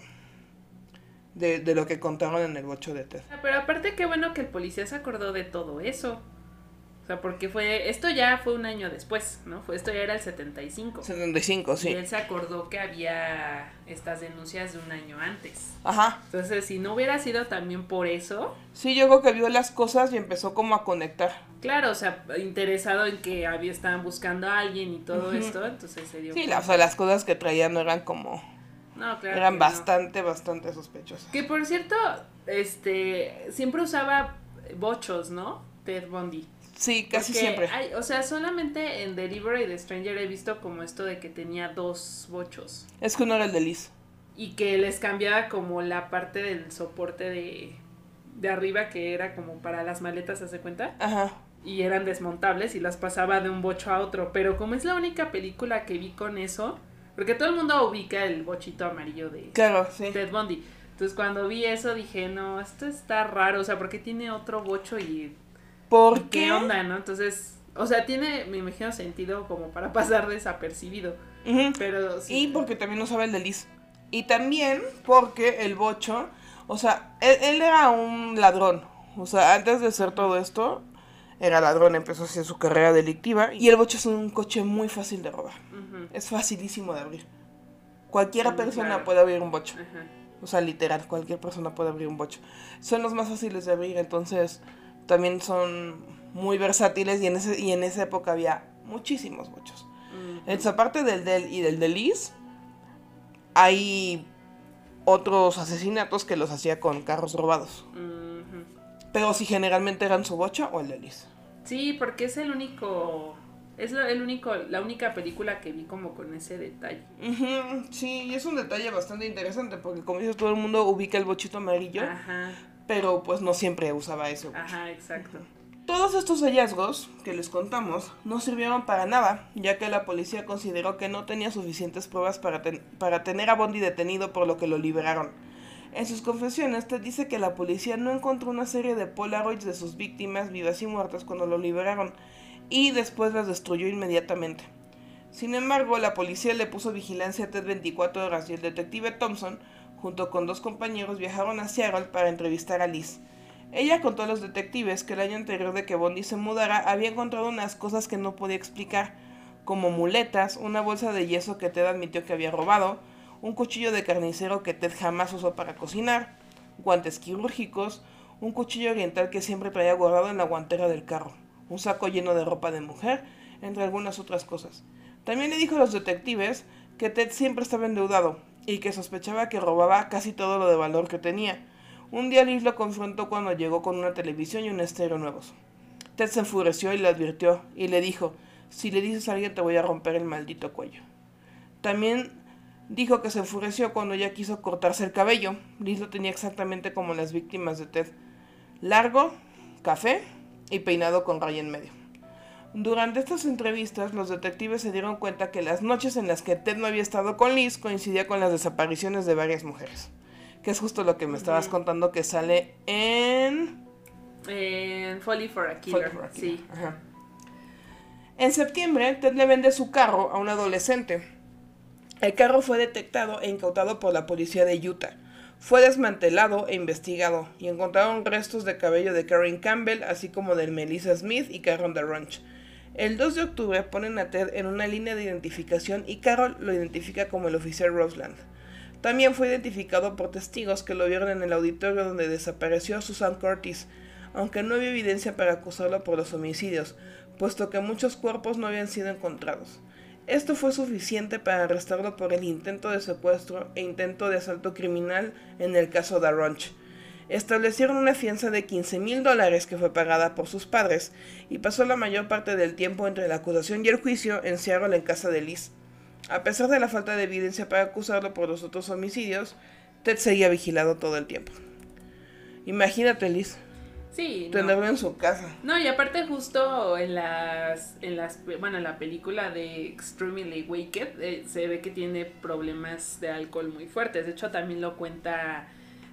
De lo que contaron en el bocho de Ted. Pero aparte, qué bueno que el policía se acordó de todo eso. O sea, porque esto ya fue un año después, ¿no? Esto ya era el 75. 75, sí. Y él se acordó que había estas denuncias de un año antes. Ajá. Entonces, si no hubiera sido también por eso... Sí, yo creo que vio las cosas y empezó como a conectar. Claro, o sea, interesado en que estaban buscando a alguien y todo esto, entonces se dio... Sí, o sea, las cosas que traían no eran como... No, claro. Eran bastante sospechosas. Que por cierto, siempre usaba bochos, ¿no? Ted Bundy. Sí, casi Porque siempre. o sea, solamente en Deliberate Stranger he visto como esto de que tenía 2 bochos. Es que uno era el de Liz. Y que les cambiaba como la parte del soporte de arriba, que era como para las maletas, ¿se hace cuenta? Ajá. Y eran desmontables y las pasaba de un bocho a otro. Pero como es la única película que vi con eso, porque todo el mundo ubica el bochito amarillo de Claro, sí. Ted Bundy. Entonces cuando vi eso dije, no, esto está raro, o sea, porque tiene otro bocho y... ¿Por qué onda, no? Entonces, o sea, tiene, me imagino, sentido como para pasar desapercibido. Pero sí. Y porque también usaba el de Liz. Y también porque el bocho, o sea, él era un ladrón. O sea, antes de hacer todo esto, era ladrón, empezó a hacer su carrera delictiva. Y el bocho es un coche muy fácil de robar. Es facilísimo de abrir. Cualquier persona puede abrir un bocho. O sea, literal, cualquier persona puede abrir un bocho. Son los más fáciles de abrir, entonces... También son muy versátiles y en esa época había muchísimos bochos. Entonces, aparte del y del de Liz, hay otros asesinatos que los hacía con carros robados. Pero sí, generalmente eran su bocho o el de Liz. Sí, porque es el único... Es la única película que vi como con ese detalle. Sí, y es un detalle bastante interesante porque como dices, todo el mundo ubica el bochito amarillo. Ajá. Pero pues no siempre usaba eso. Ajá, exacto. Todos estos hallazgos que les contamos no sirvieron para nada, ya que la policía consideró que no tenía suficientes pruebas para tener a Bundy detenido, por lo que lo liberaron. En sus confesiones, Ted dice que la policía no encontró una serie de Polaroids de sus víctimas vivas y muertas cuando lo liberaron, y después las destruyó inmediatamente. Sin embargo, la policía le puso vigilancia a Ted 24 horas y el detective Thompson, junto con 2 compañeros, viajaron a Seattle para entrevistar a Liz. Ella contó a los detectives que el año anterior de que Bundy se mudara había encontrado unas cosas que no podía explicar, como muletas, una bolsa de yeso que Ted admitió que había robado, un cuchillo de carnicero que Ted jamás usó para cocinar, guantes quirúrgicos, un cuchillo oriental que siempre traía guardado en la guantera del carro, un saco lleno de ropa de mujer, entre algunas otras cosas. También le dijo a los detectives que Ted siempre estaba endeudado y que sospechaba que robaba casi todo lo de valor que tenía. Un día Liz lo confrontó cuando llegó con una televisión y un estéreo nuevos. Ted se enfureció y le advirtió, y le dijo, si le dices a alguien te voy a romper el maldito cuello. También dijo que se enfureció cuando ella quiso cortarse el cabello. Liz lo tenía exactamente como las víctimas de Ted. Largo, café y peinado con raya en medio. Durante estas entrevistas, los detectives se dieron cuenta que las noches en las que Ted no había estado con Liz coincidía con las desapariciones de varias mujeres. Que es justo lo que me estabas contando que sale en Falling for a Killer. Sí. Ajá. En septiembre, Ted le vende su carro a un adolescente. El carro fue detectado e incautado por la policía de Utah. Fue desmantelado e investigado, y encontraron restos de cabello de Karen Campbell, así como de Melissa Smith y Carol DeRonch. El 2 de octubre ponen a Ted en una línea de identificación y Carol lo identifica como el oficial Roseland. También fue identificado por testigos que lo vieron en el auditorio donde desapareció Susan Curtis, aunque no había evidencia para acusarlo por los homicidios, puesto que muchos cuerpos no habían sido encontrados. Esto fue suficiente para arrestarlo por el intento de secuestro e intento de asalto criminal en el caso DeRonch. Establecieron una fianza de $15,000 que fue pagada por sus padres, y pasó la mayor parte del tiempo entre la acusación y el juicio en Seattle en casa de Liz. A pesar de la falta de evidencia para acusarlo por los otros homicidios, Ted seguía vigilado todo el tiempo. Imagínate, Liz. Sí, tenerlo en su casa. No, y aparte justo en la película de Extremely Wicked se ve que tiene problemas de alcohol muy fuertes. De hecho, también lo cuenta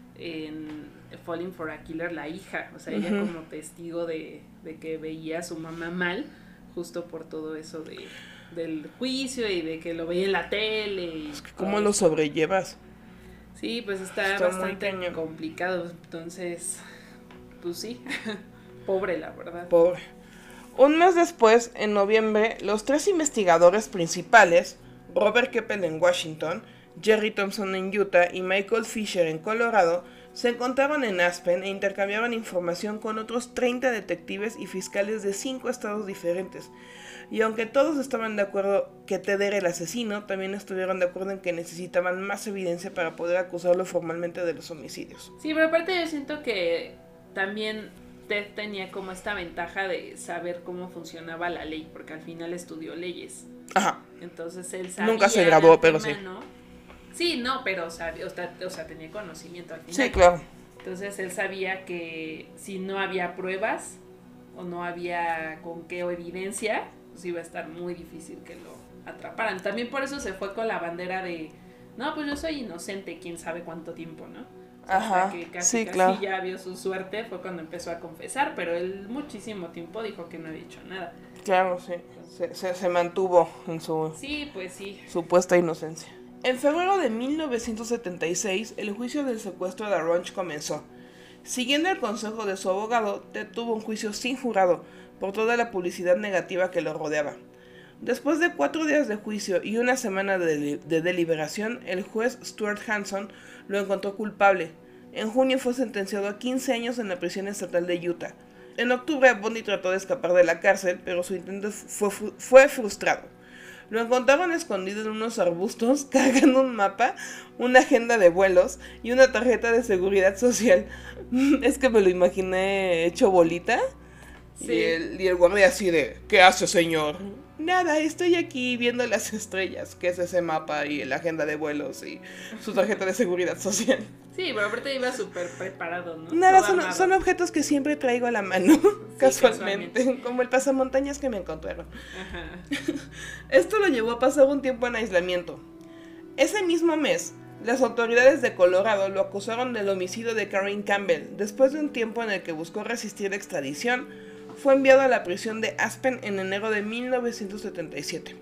en Falling for a Killer la hija. O sea, ella como testigo de que veía a su mamá mal, justo por todo eso del juicio y de que lo veía en la tele. Y es que ¿cómo lo sobrellevas? Sí, pues está bastante complicado. Entonces, pues sí, pobre la verdad. Pobre. Un mes después, en noviembre, los 3 investigadores principales, Robert Keppel en Washington, Jerry Thompson en Utah y Michael Fisher en Colorado, se encontraban en Aspen e intercambiaban información con otros 30 detectives y fiscales de 5 estados diferentes. Y aunque todos estaban de acuerdo que Ted era el asesino, también estuvieron de acuerdo en que necesitaban más evidencia para poder acusarlo formalmente de los homicidios. Sí, pero aparte yo siento que también Ted tenía como esta ventaja de saber cómo funcionaba la ley, porque al final estudió leyes. Ajá. Entonces él sabía. Nunca se graduó, pero sí. Sí, no, pero sabía, o sea, tenía conocimiento al final. Sí, claro. Entonces él sabía que si no había pruebas o no había con qué o evidencia, pues iba a estar muy difícil que lo atraparan. También por eso se fue con la bandera de, no, pues yo soy inocente, quién sabe cuánto tiempo, ¿no? O sea, ajá, hasta que casi ya vio su suerte fue cuando empezó a confesar, pero él muchísimo tiempo dijo que no había hecho nada. Claro, sí, se mantuvo en su supuesta inocencia. En febrero de 1976, el juicio del secuestro de DeRonch comenzó. Siguiendo el consejo de su abogado, Ted tuvo un juicio sin jurado por toda la publicidad negativa que lo rodeaba. Después de 4 días de juicio y una semana de deliberación, el juez Stuart Hanson lo encontró culpable. En junio fue sentenciado a 15 años en la prisión estatal de Utah. En octubre, Bundy trató de escapar de la cárcel, pero su intento fue frustrado. Lo encontraron escondido en unos arbustos, cargando un mapa, una agenda de vuelos y una tarjeta de seguridad social. Es que me lo imaginé hecho bolita. Sí. Y el guardia así de, ¿qué hace, señor? Nada, estoy aquí viendo las estrellas, que es ese mapa y la agenda de vuelos y su tarjeta de seguridad social. Sí, pero aparte iba súper preparado, ¿no? Nada, son objetos que siempre traigo a la mano, sí, casualmente, como el pasamontañas que me encontraron. Ajá. Esto lo llevó a pasar un tiempo en aislamiento. Ese mismo mes, las autoridades de Colorado lo acusaron del homicidio de Karen Campbell. Después de un tiempo en el que buscó resistir la extradición, fue enviado a la prisión de Aspen en enero de 1977.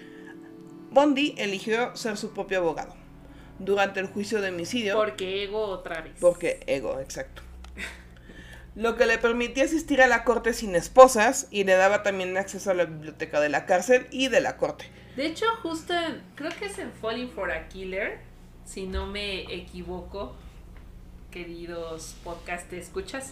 Bundy eligió ser su propio abogado. Durante el juicio de homicidio... Porque ego otra vez. Porque ego, exacto. lo que le permitía asistir a la corte sin esposas y le daba también acceso a la biblioteca de la cárcel y de la corte. De hecho, justo creo que es en Falling for a Killer, si no me equivoco, queridos podcast escuchas.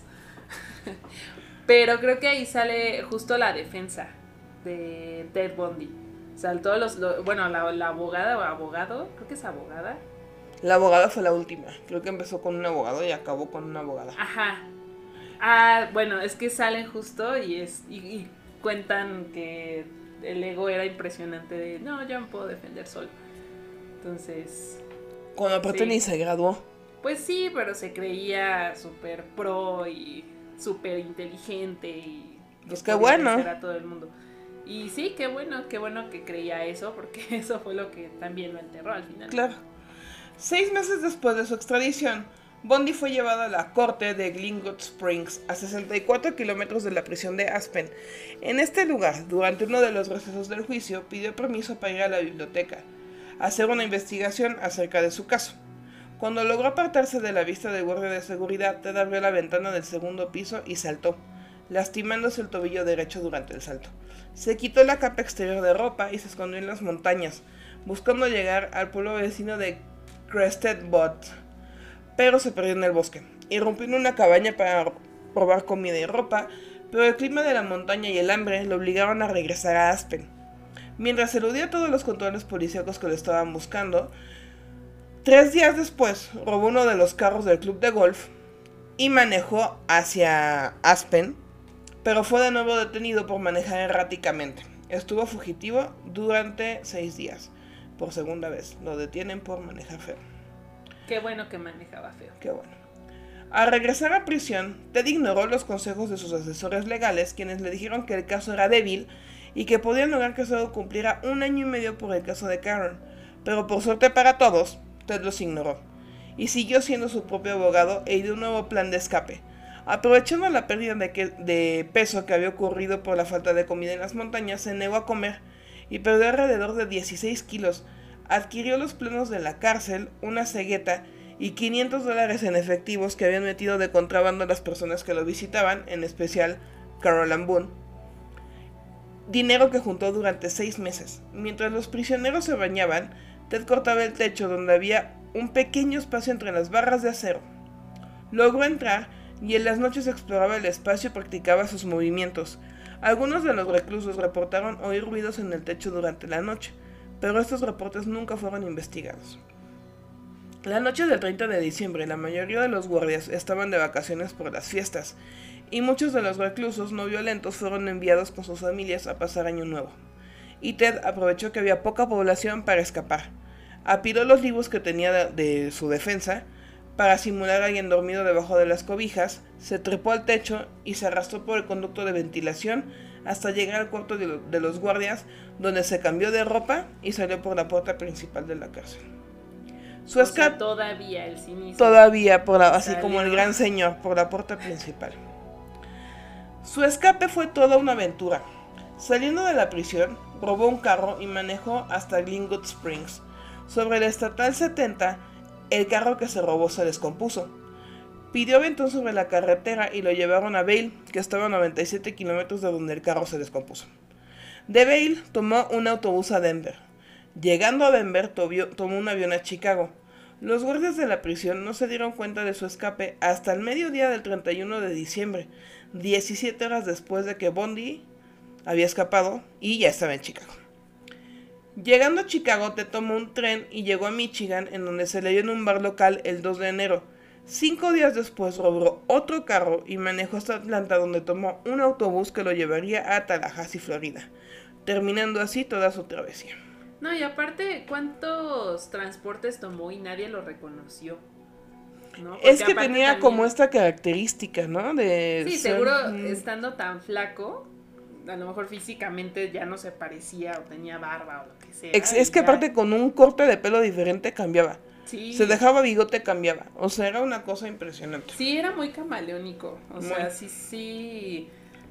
Pero creo que ahí sale justo la defensa de Ted Bundy. O sea, todos la abogada o abogado, creo que es abogada. La abogada fue la última. Creo que empezó con un abogado y acabó con una abogada. Ajá. Bueno, es que salen justo y cuentan que el ego era impresionante de, no, yo me puedo defender solo. Entonces... Cuando aparte ni se graduó. Pues sí, pero se creía súper pro y súper inteligente y... Pues qué bueno. A todo el mundo. Y sí, qué bueno que creía eso, porque eso fue lo que también lo enterró al final. Claro. 6 meses después de su extradición, Bundy fue llevado a la corte de Glenwood Springs, a 64 kilómetros de la prisión de Aspen. En este lugar, durante uno de los recesos del juicio, pidió permiso para ir a la biblioteca, a hacer una investigación acerca de su caso. Cuando logró apartarse de la vista del guardia de seguridad, Ted abrió la ventana del segundo piso y saltó, lastimándose el tobillo derecho durante el salto. Se quitó la capa exterior de ropa y se escondió en las montañas, buscando llegar al pueblo vecino de Crested Butte, pero se perdió en el bosque. Irrumpió en una cabaña para probar comida y ropa, pero el clima de la montaña y el hambre lo obligaron a regresar a Aspen. Mientras eludía todos los controles policíacos que lo estaban buscando, 3 días después robó uno de los carros del club de golf y manejó hacia Aspen, pero fue de nuevo detenido por manejar erráticamente. Estuvo fugitivo durante 6 días. Por segunda vez, lo detienen por manejar feo. Qué bueno que manejaba feo. Qué bueno. Al regresar a prisión, Ted ignoró los consejos de sus asesores legales, quienes le dijeron que el caso era débil y que podían lograr que solo cumpliera 1 año y medio por el caso de Karen. Pero por suerte para todos, Ted los ignoró y siguió siendo su propio abogado e ideó un nuevo plan de escape. Aprovechando la pérdida de peso que había ocurrido por la falta de comida en las montañas, se negó a comer y perdió alrededor de 16 kilos. Adquirió los planos de la cárcel, una cegueta y $500 en efectivos que habían metido de contrabando a las personas que lo visitaban, en especial Carol Boone. Dinero que juntó durante 6 meses. Mientras los prisioneros se bañaban, Ted cortaba el techo donde había un pequeño espacio entre las barras de acero. Logró entrar y en las noches exploraba el espacio y practicaba sus movimientos. Algunos de los reclusos reportaron oír ruidos en el techo durante la noche, pero estos reportes nunca fueron investigados. La noche del 30 de diciembre, la mayoría de los guardias estaban de vacaciones por las fiestas, y muchos de los reclusos no violentos fueron enviados con sus familias a pasar Año Nuevo. Y Ted aprovechó que había poca población para escapar. Apiló los libros que tenía de su defensa para simular a alguien dormido debajo de las cobijas, se trepó al techo y se arrastró por el conducto de ventilación hasta llegar al cuarto de los guardias, donde se cambió de ropa y salió por la puerta principal de la cárcel. Su escape todavía el cinismo. Todavía, así como el gran señor, por la puerta principal. Su escape fue toda una aventura. Saliendo de la prisión, robó un carro y manejó hasta Glenwood Springs. Sobre la Estatal 70, el carro que se robó se descompuso. Pidió aventón sobre la carretera y lo llevaron a Vail, que estaba a 97 kilómetros de donde el carro se descompuso. De Vail tomó un autobús a Denver. Llegando a Denver, tomó un avión a Chicago. Los guardias de la prisión no se dieron cuenta de su escape hasta el mediodía del 31 de diciembre, 17 horas después de que Bundy había escapado y ya estaba en Chicago. Llegando a Chicago, Ted tomó un tren y llegó a Michigan, en donde se leyó en un bar local el 2 de enero. 5 días después robó otro carro y manejó hasta Atlanta, donde tomó un autobús que lo llevaría a Tallahassee, Florida, terminando así toda su travesía. No, y aparte, ¿cuántos transportes tomó y nadie lo reconoció? ¿No? Es que tenía también como esta característica, ¿no? Sí, seguro estando tan flaco, a lo mejor físicamente ya no se parecía o tenía barba o lo que sea. Es que aparte con un corte de pelo diferente cambiaba. Sí. Se dejaba bigote, cambiaba. O sea, era una cosa impresionante. Sí, era muy camaleónico. O sea, sí.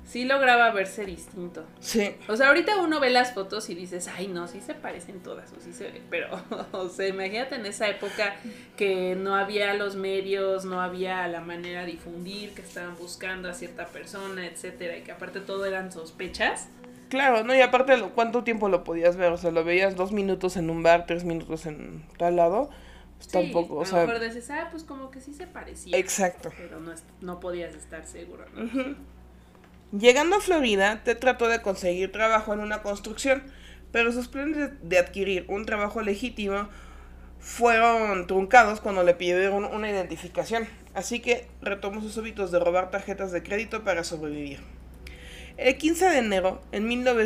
sí lograba verse distinto. Sí. O sea, ahorita uno ve las fotos y dices, ay, no, sí se parecen todas, o sí se ve, pero, o sea, imagínate en esa época que no había los medios, no había la manera de difundir, que estaban buscando a cierta persona, etcétera, y que aparte todo eran sospechas. Claro, ¿no? Y aparte, ¿cuánto tiempo lo podías ver? O sea, lo veías 2 minutos en un bar, 3 minutos en tal lado. Pues Sí, tampoco, o a sea... lo mejor dices, pues como que sí se parecía. Exacto. Pero no podías estar seguro, ¿no? Uh-huh. Llegando a Florida, Ted trató de conseguir trabajo en una construcción, pero sus planes de adquirir un trabajo legítimo fueron truncados cuando le pidieron una identificación, así que retomó sus hábitos de robar tarjetas de crédito para sobrevivir. El 15 de enero de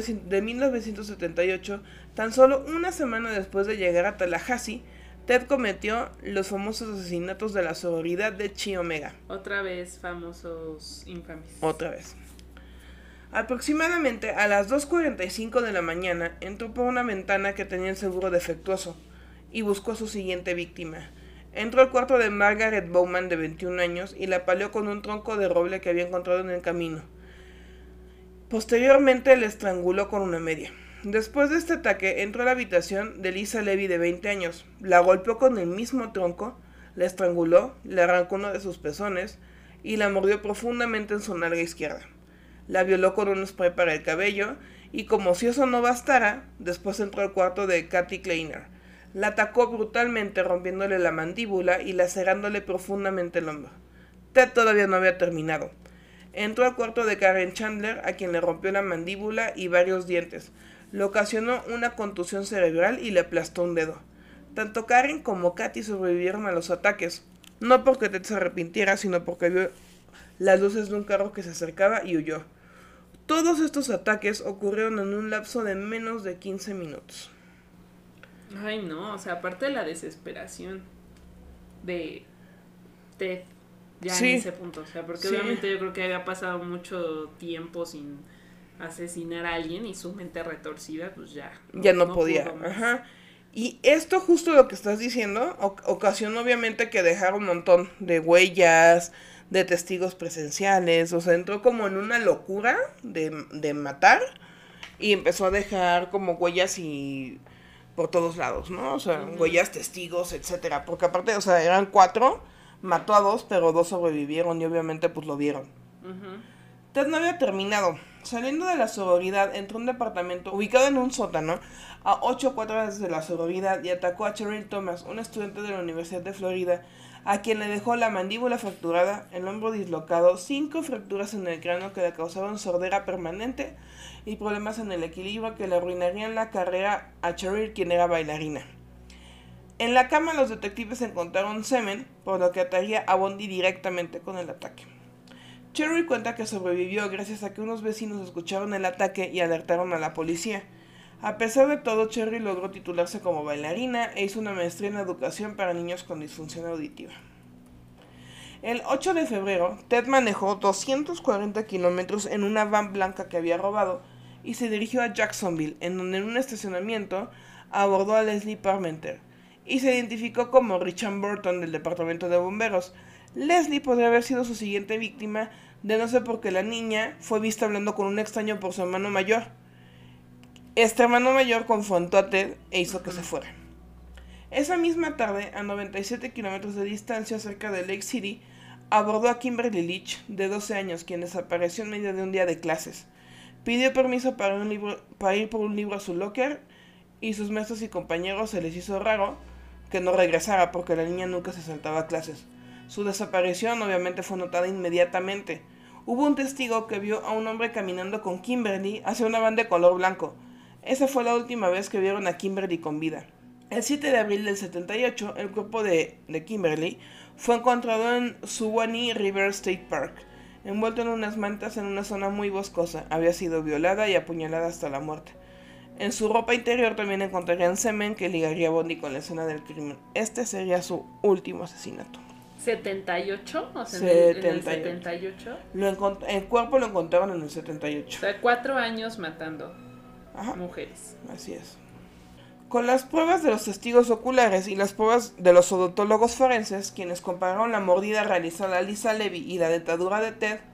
1978, tan solo una semana después de llegar a Tallahassee, Ted cometió los famosos asesinatos de la sororidad de Chi Omega. Otra vez famosos infames. Otra vez. Aproximadamente a las 2:45 de la mañana entró por una ventana que tenía el seguro defectuoso y buscó a su siguiente víctima. Entró al cuarto de Margaret Bowman de 21 años y la apaleó con un tronco de roble que había encontrado en el camino. Posteriormente le estranguló con una media. Después de este ataque entró a la habitación de Lisa Levy de 20 años, la golpeó con el mismo tronco, la estranguló, le arrancó uno de sus pezones y la mordió profundamente en su nalga izquierda. La violó con un spray para el cabello y, como si eso no bastara, después entró al cuarto de Kathy Kleiner. La atacó brutalmente rompiéndole la mandíbula y lacerándole profundamente el hombro. Ted todavía no había terminado. Entró al cuarto de Karen Chandler, a quien le rompió la mandíbula y varios dientes. Le ocasionó una contusión cerebral y le aplastó un dedo. Tanto Karen como Kathy sobrevivieron a los ataques, no porque Ted se arrepintiera, sino porque vio las luces de un carro que se acercaba y huyó. Todos estos ataques ocurrieron en un lapso de menos de 15 minutos. Ay, no, o sea, aparte de la desesperación de Ted, ya Sí. en ese punto, o sea, porque Sí. obviamente yo creo que había pasado mucho tiempo sin asesinar a alguien y su mente retorcida, pues ya No podía. pudo más. Ajá. Y esto justo lo que estás diciendo ocasionó obviamente que dejara un montón de huellas, de testigos presenciales, o sea, entró como en una locura de matar y empezó a dejar como huellas y por todos lados, ¿no? O sea, huellas, testigos, etcétera, porque aparte, o sea, eran 4, mató a 2, pero 2 sobrevivieron y obviamente pues lo vieron. Ujú. Ted no había terminado. Saliendo de la sororidad, entró a un departamento ubicado en un sótano a 8 cuadras de la sororidad y atacó a Cheryl Thomas, una estudiante de la Universidad de Florida, a quien le dejó la mandíbula fracturada, el hombro dislocado, 5 fracturas en el cráneo que le causaron sordera permanente y problemas en el equilibrio que le arruinarían la carrera a Cheryl, quien era bailarina. En la cama los detectives encontraron semen, por lo que ataría a Bundy directamente con el ataque. Cheryl cuenta que sobrevivió gracias a que unos vecinos escucharon el ataque y alertaron a la policía. A pesar de todo, Cheryl logró titularse como bailarina e hizo una maestría en educación para niños con disfunción auditiva. El 8 de febrero, Ted manejó 240 kilómetros en una van blanca que había robado y se dirigió a Jacksonville, en donde en un estacionamiento abordó a Leslie Parmenter y se identificó como Richard Burton del departamento de bomberos. Leslie podría haber sido su siguiente víctima, de no ser porque la niña fue vista hablando con un extraño por su hermano mayor. Este hermano mayor confrontó a Ted e hizo que se fuera. Esa misma tarde, a 97 kilómetros de distancia cerca de Lake City, abordó a Kimberly Leach, de 12 años, quien desapareció en medio de un día de clases. Pidió permiso para ir por un libro a su locker y sus maestros y compañeros se les hizo raro que no regresara porque la niña nunca se saltaba a clases. Su desaparición obviamente fue notada inmediatamente. Hubo un testigo que vio a un hombre caminando con Kimberly hacia una van de color blanco. Esa fue la última vez que vieron a Kimberly con vida. El 7 de abril del 78, el cuerpo de Kimberly fue encontrado en Suwannee River State Park, envuelto en unas mantas en una zona muy boscosa. Había sido violada y apuñalada hasta la muerte. En su ropa interior también encontrarían semen que ligaría a Bundy con la escena del crimen. Este sería su último asesinato. ¿78? O sea, en el 78. El cuerpo lo encontraron en el 78. O sea, 4 años matando mujeres. Así es. Con las pruebas de los testigos oculares y las pruebas de los odontólogos forenses, quienes compararon la mordida realizada a Lisa Levy y la dentadura de Ted,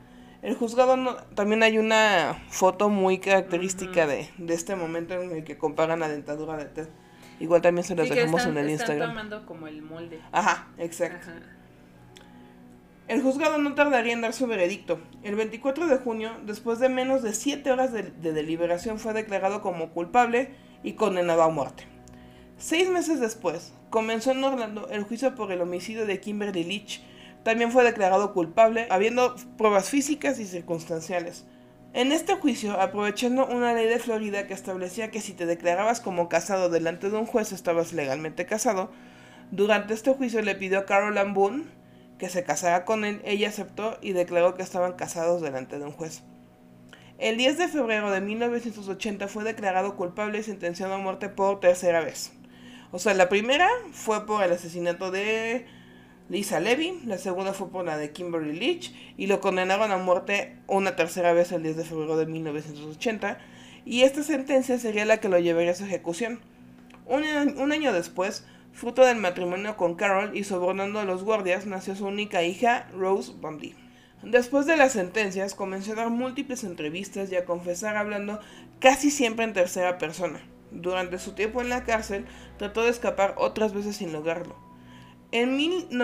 El juzgado también hay una foto muy característica de este momento en el que comparan la dentadura de Ted. Igual también se las dejamos en el Instagram. Están tomando como el molde. Ajá, exacto. Ajá. El juzgado no tardaría en dar su veredicto. El 24 de junio, después de menos de 7 horas de deliberación, fue declarado como culpable y condenado a muerte. 6 meses después, comenzó en Orlando el juicio por el homicidio de Kimberly Leach. También fue declarado culpable, habiendo pruebas físicas y circunstanciales. En este juicio, aprovechando una ley de Florida que establecía que si te declarabas como casado delante de un juez estabas legalmente casado, durante este juicio le pidió a Carol Ann Boone que se casara con él. Ella aceptó y declaró que estaban casados delante de un juez. El 10 de febrero de 1980 fue declarado culpable y sentenciado a muerte por tercera vez. O sea, la primera fue por el asesinato de Lisa Levy, la segunda fue por la de Kimberly Leach, y lo condenaron a muerte una tercera vez el 10 de febrero de 1980, y esta sentencia sería la que lo llevaría a su ejecución. Un año después, fruto del matrimonio con Carol y sobornando a los guardias, nació su única hija, Rose Bundy. Después de las sentencias, comenzó a dar múltiples entrevistas y a confesar hablando casi siempre en tercera persona. Durante su tiempo en la cárcel, trató de escapar otras veces sin lograrlo. En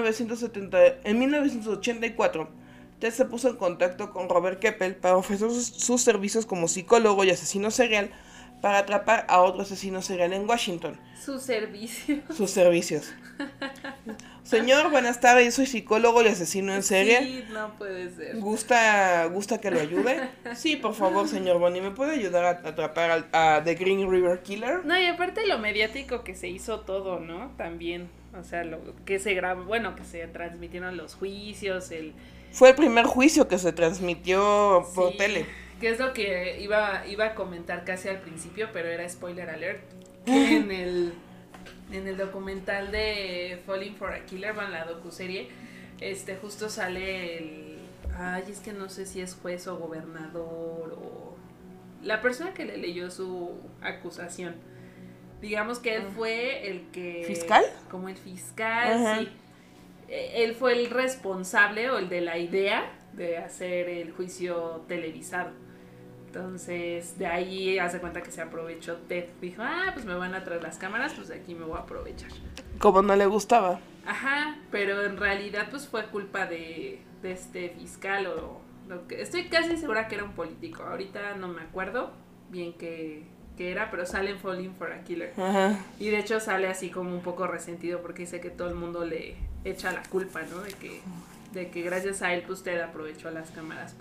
1984, Ted se puso en contacto con Robert Keppel para ofrecer sus servicios como psicólogo y asesino serial para atrapar a otro asesino serial en Washington. Sus servicios. Señor, buenas tardes, yo soy psicólogo y asesino en serie. Sí, no puede ser. ¿Gusta que lo ayude? Sí, por favor, señor Bonnie, ¿me puede ayudar a atrapar a The Green River Killer? No, y aparte lo mediático que se hizo todo, ¿no? También, o sea, lo que se grabó, bueno, que se transmitieron los juicios, Fue el primer juicio que se transmitió por tele. Que es lo que iba a comentar casi al principio, pero era spoiler alert. Que en el documental de Falling for a Killer, en la docuserie, justo sale es que no sé si es juez o gobernador o la persona que le leyó su acusación. Digamos que él fue el que... ¿Fiscal? Como el fiscal, sí. Él fue el responsable o el de la idea de hacer el juicio televisado. Entonces, de ahí hace cuenta que se aprovechó Ted. Dijo, pues me van a traer las cámaras, pues de aquí me voy a aprovechar. Como no le gustaba. Ajá, pero en realidad pues fue culpa de este fiscal o lo que... Estoy casi segura que era un político. Ahorita no me acuerdo bien qué era, pero sale en Falling for a Killer. Ajá. Y de hecho sale así como un poco resentido porque dice que todo el mundo le echa la culpa, ¿no? De que gracias a él pues Ted aprovechó las cámaras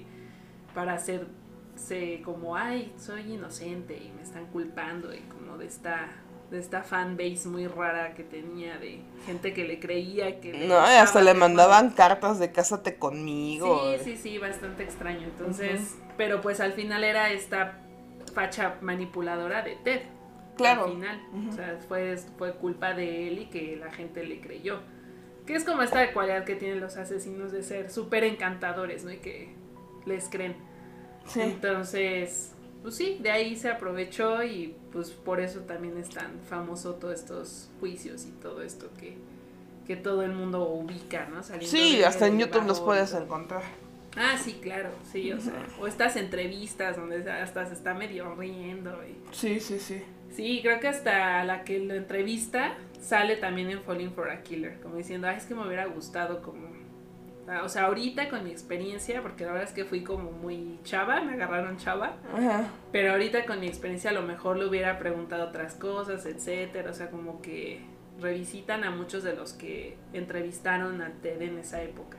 para hacerse como, soy inocente y me están culpando, y como de esta fanbase muy rara que tenía de gente que le creía que no, y hasta le mandaban cartas de cásate conmigo. Sí, bastante extraño. Entonces, pero pues al final era esta facha manipuladora de Ted. Claro. Al final, o sea, fue culpa de él y que la gente le creyó. Que es como esta cualidad que tienen los asesinos de ser súper encantadores, ¿no? Y que les creen. Sí. Entonces, pues sí, de ahí se aprovechó y pues por eso también es tan famoso todos estos juicios y todo esto que todo el mundo ubica, ¿no? Sí, hasta en YouTube los puedes encontrar. Sí, claro, sí, o sea, o estas entrevistas donde hasta se está medio riendo. Sí. Sí, creo que hasta la que lo entrevista sale también en Falling for a Killer, como diciendo, es que me hubiera gustado como... O sea, ahorita con mi experiencia, porque la verdad es que fui como muy chava, me agarraron chava, pero ahorita con mi experiencia a lo mejor le hubiera preguntado otras cosas, etcétera, o sea, como que revisitan a muchos de los que entrevistaron a Ted en esa época.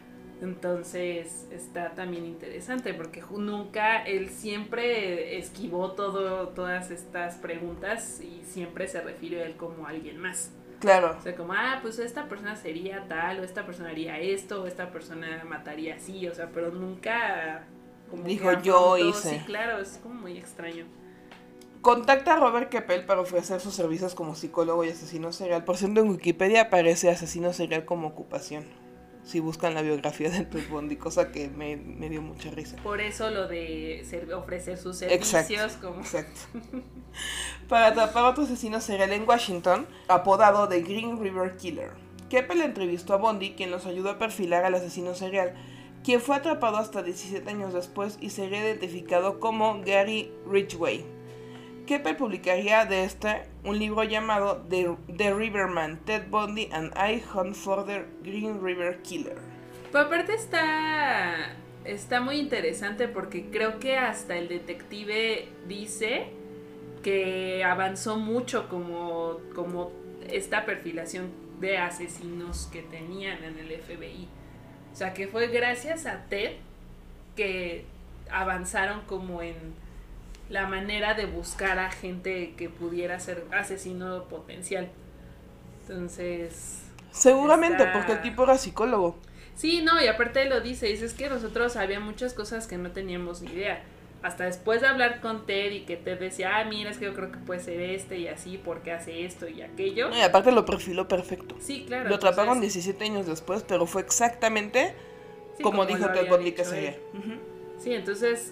Entonces está también interesante porque él siempre esquivó todas estas preguntas y siempre se refirió a él como alguien más. Claro. O sea, como, pues esta persona sería tal, o esta persona haría esto, o esta persona mataría así, o sea, pero nunca... Como dijo yo hice. Sí, claro, es como muy extraño. Contacta a Robert Keppel para ofrecer sus servicios como psicólogo y asesino serial. Por cierto, en Wikipedia aparece asesino serial como ocupación. Si buscan la biografía de Ted Bundy, cosa que me dio mucha risa. Por eso lo de ofrecer sus servicios. Exacto. Para atrapar a otro asesino serial en Washington, apodado The Green River Killer. Keppel entrevistó a Bundy, quien los ayudó a perfilar al asesino serial, quien fue atrapado hasta 17 años después y sería identificado como Gary Ridgway. Kepper publicaría de este un libro llamado The Riverman, Ted Bundy and I Hunt for the Green River Killer. Pero aparte está muy interesante porque creo que hasta el detective dice que avanzó mucho como esta perfilación de asesinos que tenían en el FBI. O sea, que fue gracias a Ted que avanzaron como en la manera de buscar a gente que pudiera ser asesino potencial. Entonces... Seguramente, porque el tipo era psicólogo. Sí, no, y aparte lo dice, es que nosotros había muchas cosas que no teníamos ni idea. Hasta después de hablar con Ted y que Ted decía, mira, es que yo creo que puede ser y así, porque hace esto y aquello. Y aparte lo perfiló perfecto. Sí, claro. Lo atraparon 17 años después, pero fue exactamente como dijo Ted Bundy que sería. Sí, entonces...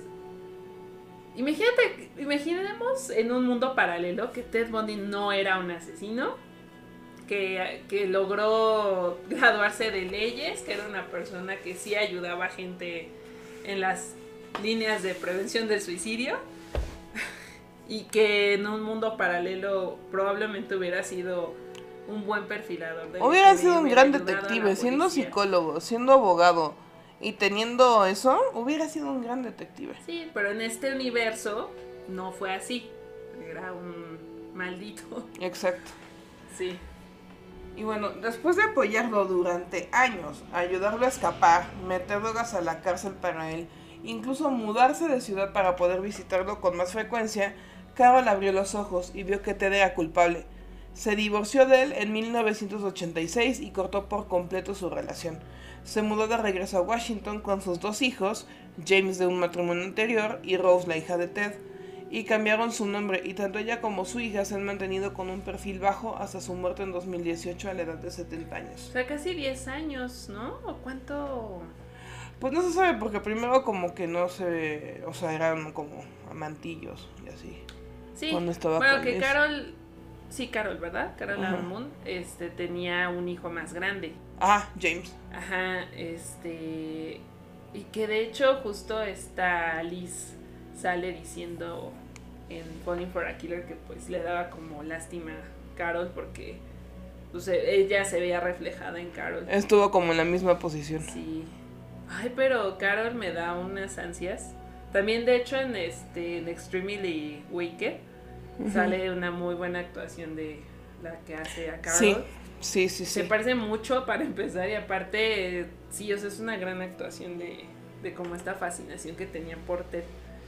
Imaginemos en un mundo paralelo que Ted Bundy no era un asesino, que logró graduarse de leyes, que era una persona que sí ayudaba a gente en las líneas de prevención del suicidio, y que en un mundo paralelo probablemente hubiera sido un buen perfilador. Hubiera sido un gran detective, siendo psicólogo, siendo abogado. Y teniendo eso, hubiera sido un gran detective. Sí, pero en este universo no fue así. Era un maldito. Exacto. Sí. Y bueno, después de apoyarlo durante años, ayudarlo a escapar, meter drogas a la cárcel para él, incluso mudarse de ciudad para poder visitarlo con más frecuencia, Carol abrió los ojos y vio que Ted era culpable. Se divorció de él en 1986 y cortó por completo su relación. Se mudó de regreso a Washington con sus 2 hijos, James de un matrimonio anterior y Rose, la hija de Ted, y cambiaron su nombre, y tanto ella como su hija se han mantenido con un perfil bajo hasta su muerte en 2018 a la edad de 70 años. O sea, casi 10 años, ¿no? ¿O cuánto? Pues no se sabe porque primero como que no se... O sea, eran como amantillos y así. Sí, cuando estaba bueno, con que Liz. Carol... Sí, Carol, ¿verdad? Carol Ajá. Ann Moon, tenía un hijo más grande. Ah, James. Ajá, y que de hecho justo esta Liz sale diciendo en Falling for a Killer que pues le daba como lástima a Carol porque pues, ella se veía reflejada en Carol. Estuvo como en la misma posición. Sí. Ay, pero Carol me da unas ansias. También de hecho en Extremely Wicked sale una muy buena actuación de la que hace a Carol. Sí. Se parece mucho para empezar y aparte, sí, o sea, es una gran actuación de como esta fascinación que tenía por Ted.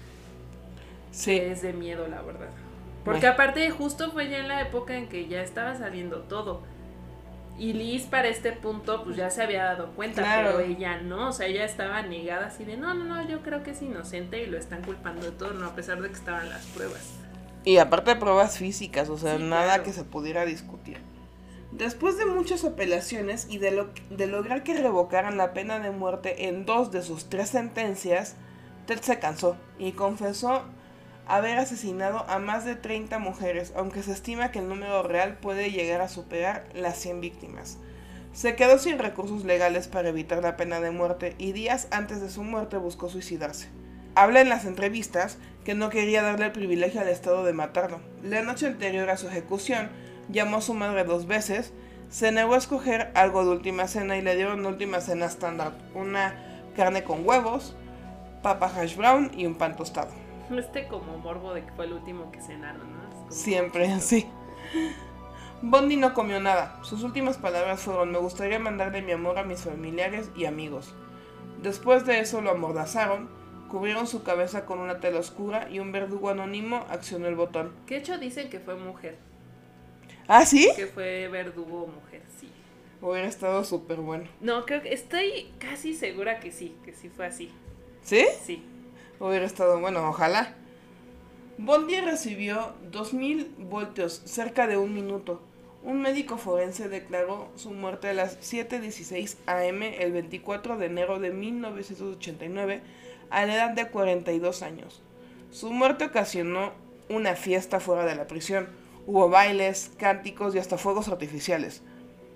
Sí. Es de miedo, la verdad. Porque aparte justo fue ya en la época en que ya estaba saliendo todo. Y Liz para este punto pues ya se había dado cuenta, claro. Pero ella no, o sea, ella estaba negada así de no, yo creo que es inocente y lo están culpando de todo, no, a pesar de que estaban las pruebas. Y aparte de pruebas físicas, o sea, Sí, nada claro. que se pudiera discutir. Después de muchas apelaciones y de lograr que revocaran la pena de muerte en 2 de sus 3 sentencias, Ted se cansó y confesó haber asesinado a más de 30 mujeres, aunque se estima que el número real puede llegar a superar las 100 víctimas. Se quedó sin recursos legales para evitar la pena de muerte y días antes de su muerte buscó suicidarse. Habla en las entrevistas que no quería darle el privilegio al Estado de matarlo. La noche anterior a su ejecución, llamó a su madre 2 veces, se negó a escoger algo de última cena y le dieron última cena estándar, una carne con huevos, papa hash brown y un pan tostado. Como morbo de que fue el último que cenaron, ¿no? Como... Siempre así. Bundy no comió nada. Sus últimas palabras fueron: me gustaría mandarle mi amor a mis familiares y amigos. Después de eso lo amordazaron, cubrieron su cabeza con una tela oscura y un verdugo anónimo accionó el botón. Que de hecho dicen que fue mujer. ¿Ah, sí? Que fue verdugo mujer, sí. Hubiera estado súper bueno. No, creo que estoy casi segura que sí fue así. ¿Sí? Sí. Hubiera estado bueno, ojalá. Bundy recibió 2000 voltios, cerca de 1 minuto. Un médico forense declaró su muerte a las 7:16 am el 24 de enero de 1989 a la edad de 42 años. Su muerte ocasionó una fiesta fuera de la prisión. Hubo bailes, cánticos y hasta fuegos artificiales.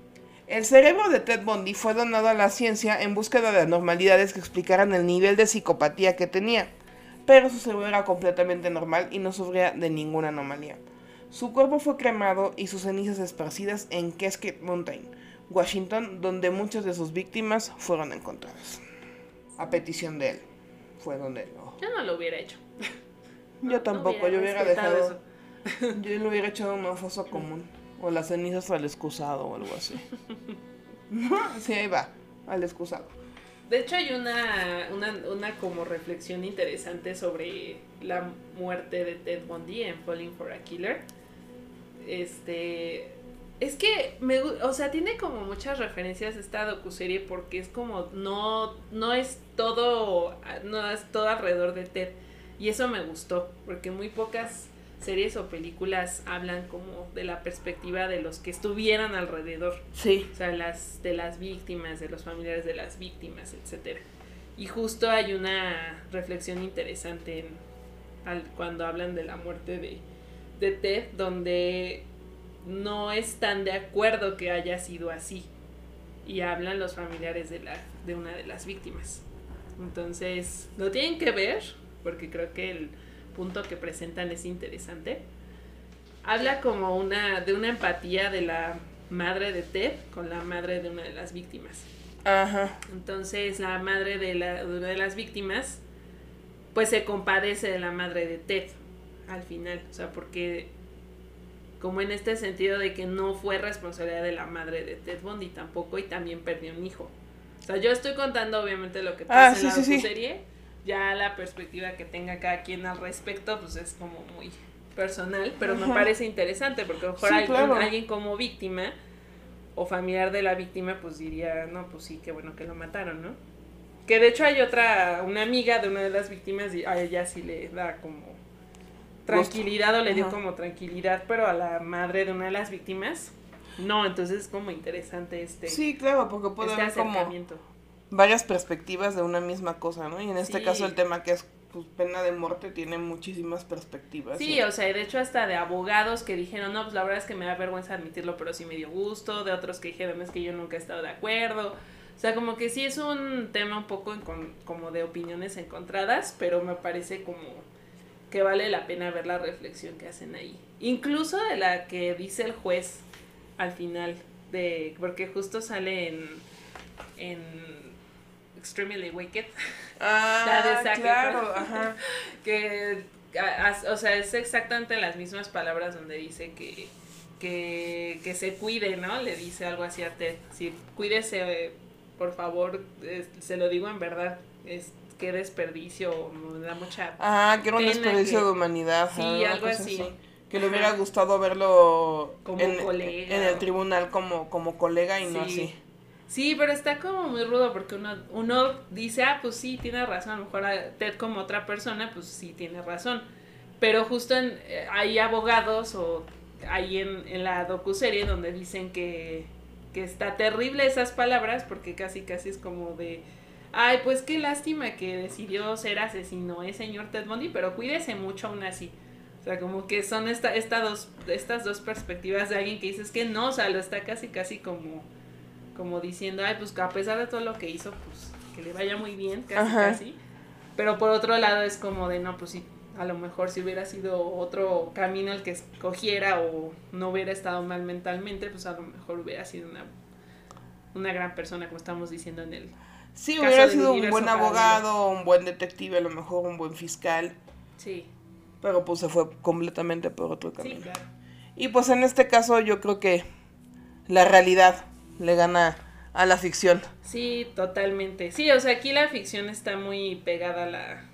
El cerebro de Ted Bundy fue donado a la ciencia en búsqueda de anormalidades que explicaran el nivel de psicopatía que tenía, pero su cerebro era completamente normal y no sufría de ninguna anomalía. Su cuerpo fue cremado y sus cenizas esparcidas en Cascade Mountain, Washington, donde muchas de sus víctimas fueron encontradas. A petición de él. Fue donde lo... Yo no lo hubiera hecho. Yo tampoco, yo hubiera respetado dejado... eso. Yo lo hubiera echado en una fosa común. O las cenizas al excusado o algo así. Sí, ahí va, al excusado. De hecho hay una como reflexión interesante sobre la muerte de Ted Bundy en Falling for a Killer. Es que o sea, tiene como muchas referencias esta docuserie porque es como no es todo alrededor de Ted, y eso me gustó porque muy pocas series o películas hablan como de la perspectiva de los que estuvieran alrededor. Sí. O sea, de las víctimas, de los familiares de las víctimas, etcétera. Y justo hay una reflexión interesante cuando hablan de la muerte de Ted, donde no están de acuerdo que haya sido así. Y hablan los familiares de una de las víctimas. Entonces, lo tienen que ver, porque creo que el punto que presentan es interesante. Habla como de una empatía de la madre de Ted con la madre de una de las víctimas. Ajá. Entonces la madre de una de las víctimas pues se compadece de la madre de Ted al final, o sea, porque como en este sentido de que no fue responsabilidad de la madre de Ted Bundy tampoco, y también perdió un hijo. O sea, yo estoy contando obviamente lo que pasa en la docuserie. Ya la perspectiva que tenga cada quien al respecto pues es como muy personal, pero me parece interesante porque a lo mejor alguien como víctima o familiar de la víctima pues diría, no, pues sí, qué bueno que lo mataron, ¿no? Que de hecho hay una amiga de una de las víctimas y a ella sí le da como tranquilidad o le dio como tranquilidad, pero a la madre de una de las víctimas no, entonces es como interesante Sí, claro, porque puede haber como varias perspectivas de una misma cosa, ¿no? Y en este caso el tema que es pues, pena de muerte tiene muchísimas perspectivas. Sí, o sea, de hecho hasta de abogados que dijeron, no, pues la verdad es que me da vergüenza admitirlo, pero sí me dio gusto, de otros que dijeron, es que yo nunca he estado de acuerdo. O sea, como que sí es un tema un poco como de opiniones encontradas, pero me parece como que vale la pena ver la reflexión que hacen ahí. Incluso de la que dice el juez al final, porque justo sale en Extremely Wicked. Claro, ajá. Que, o sea, es exactamente las mismas palabras donde dice que se cuide, ¿no? Le dice algo así a Ted. Sí, cuídese, por favor, se lo digo en verdad, qué desperdicio, me da mucha que era un desperdicio de humanidad. Sí, algo así. Eso. Que le hubiera gustado verlo como colega. En el tribunal como colega y no así. Sí, pero está como muy rudo porque uno dice, pues sí, tiene razón, a lo mejor Ted como otra persona, pues sí tiene razón. Pero justo hay abogados o ahí en la docuserie donde dicen que está terrible esas palabras porque casi es como de, ay, pues qué lástima que decidió ser asesino, señor Ted Bundy, pero cuídese mucho aún así. O sea, como que son estas dos perspectivas de alguien que dices que no, o sea, lo está casi como diciendo, ay, pues a pesar de todo lo que hizo, pues que le vaya muy bien, casi. Pero por otro lado es como de, no, pues sí, a lo mejor si hubiera sido otro camino el que escogiera o no hubiera estado mal mentalmente, pues a lo mejor hubiera sido una gran persona, como estamos diciendo en el Sí, hubiera sido un buen abogado, un buen detective, a lo mejor un buen fiscal. Sí. Pero pues se fue completamente por otro camino. Sí, claro. Y pues en este caso yo creo que la realidad le gana a la ficción. Sí, totalmente. Sí, o sea, aquí la ficción está muy pegada a la...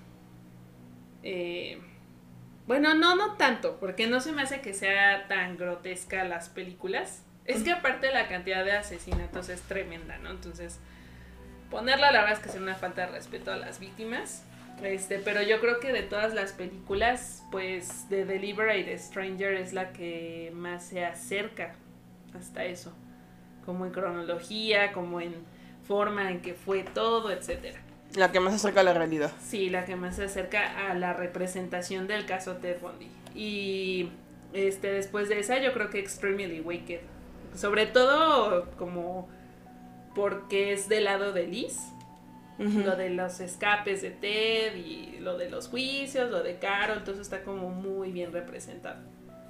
bueno, no tanto, porque no se me hace que sea tan grotesca las películas. Es que aparte la cantidad de asesinatos es tremenda, ¿no? Entonces, ponerla la verdad es que es una falta de respeto a las víctimas. Pero yo creo que de todas las películas, pues The Deliberate Stranger es la que más se acerca hasta eso. Como en cronología, como en forma en que fue todo, etcétera. La que más se acerca a la realidad. Sí, la que más se acerca a la representación del caso Ted Bundy. Y después de esa yo creo que Extremely Wicked Sobre todo como porque es del lado de Liz. Lo de los escapes de Ted y lo de los juicios, lo de Carol, entonces está como muy bien representado.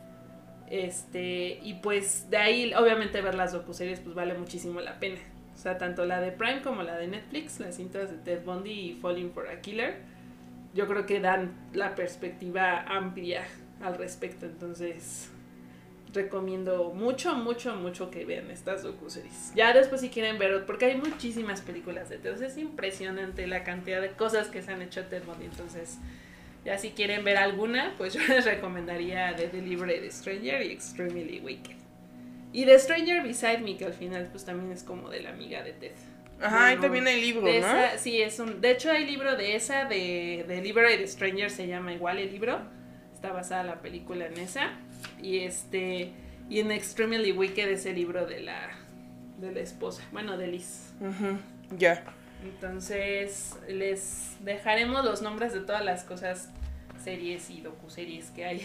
Y pues de ahí, obviamente ver las docuseries pues vale muchísimo la pena. O sea, tanto la de Prime como la de Netflix, las cintas de Ted Bundy y Falling for a Killer, yo creo que dan la perspectiva amplia al respecto. Entonces recomiendo mucho, mucho, mucho que vean estas docuseries. Ya después si quieren ver, porque hay muchísimas películas de Ted, es impresionante la cantidad de cosas que se han hecho a Ted Bundy. Entonces ya si quieren ver alguna, pues yo les recomendaría The Delivery Stranger y Extremely Wicked. Y The Stranger Beside Me, que al final pues también es como de la amiga de Ted. Ajá, y también hay libro, ¿no? Esa, sí, de hecho hay libro de esa, de Delivery Stranger, se llama igual el libro. Está basada la película en esa. Y en Extremely Wicked es el libro de la esposa, bueno, de Liz. Ya. Entonces les dejaremos los nombres de todas las cosas, series y docuseries que hay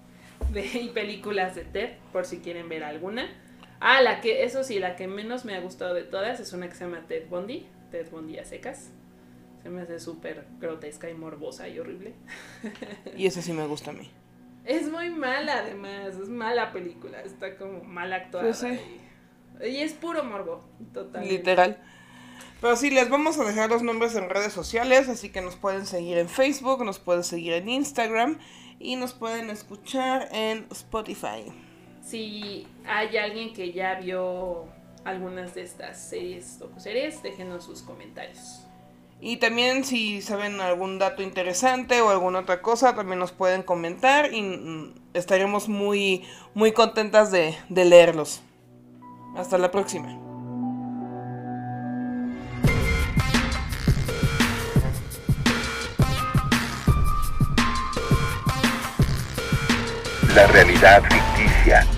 y películas de Ted, por si quieren ver alguna. La que menos me ha gustado de todas es una que se llama Ted Bundy a secas. Se me hace súper grotesca y morbosa y horrible. Y esa sí me gusta a mí. Es muy mala, además, es mala película, está como mal actuada. Pues sí. Y es puro morbo, total. Literal. Pero sí, les vamos a dejar los nombres en redes sociales, así que nos pueden seguir en Facebook, nos pueden seguir en Instagram y nos pueden escuchar en Spotify. Si hay alguien que ya vio algunas de estas series, docuseries, déjenos sus comentarios. Y también si saben algún dato interesante o alguna otra cosa, también nos pueden comentar y estaremos muy, muy contentas de leerlos. Hasta la próxima. La realidad ficticia.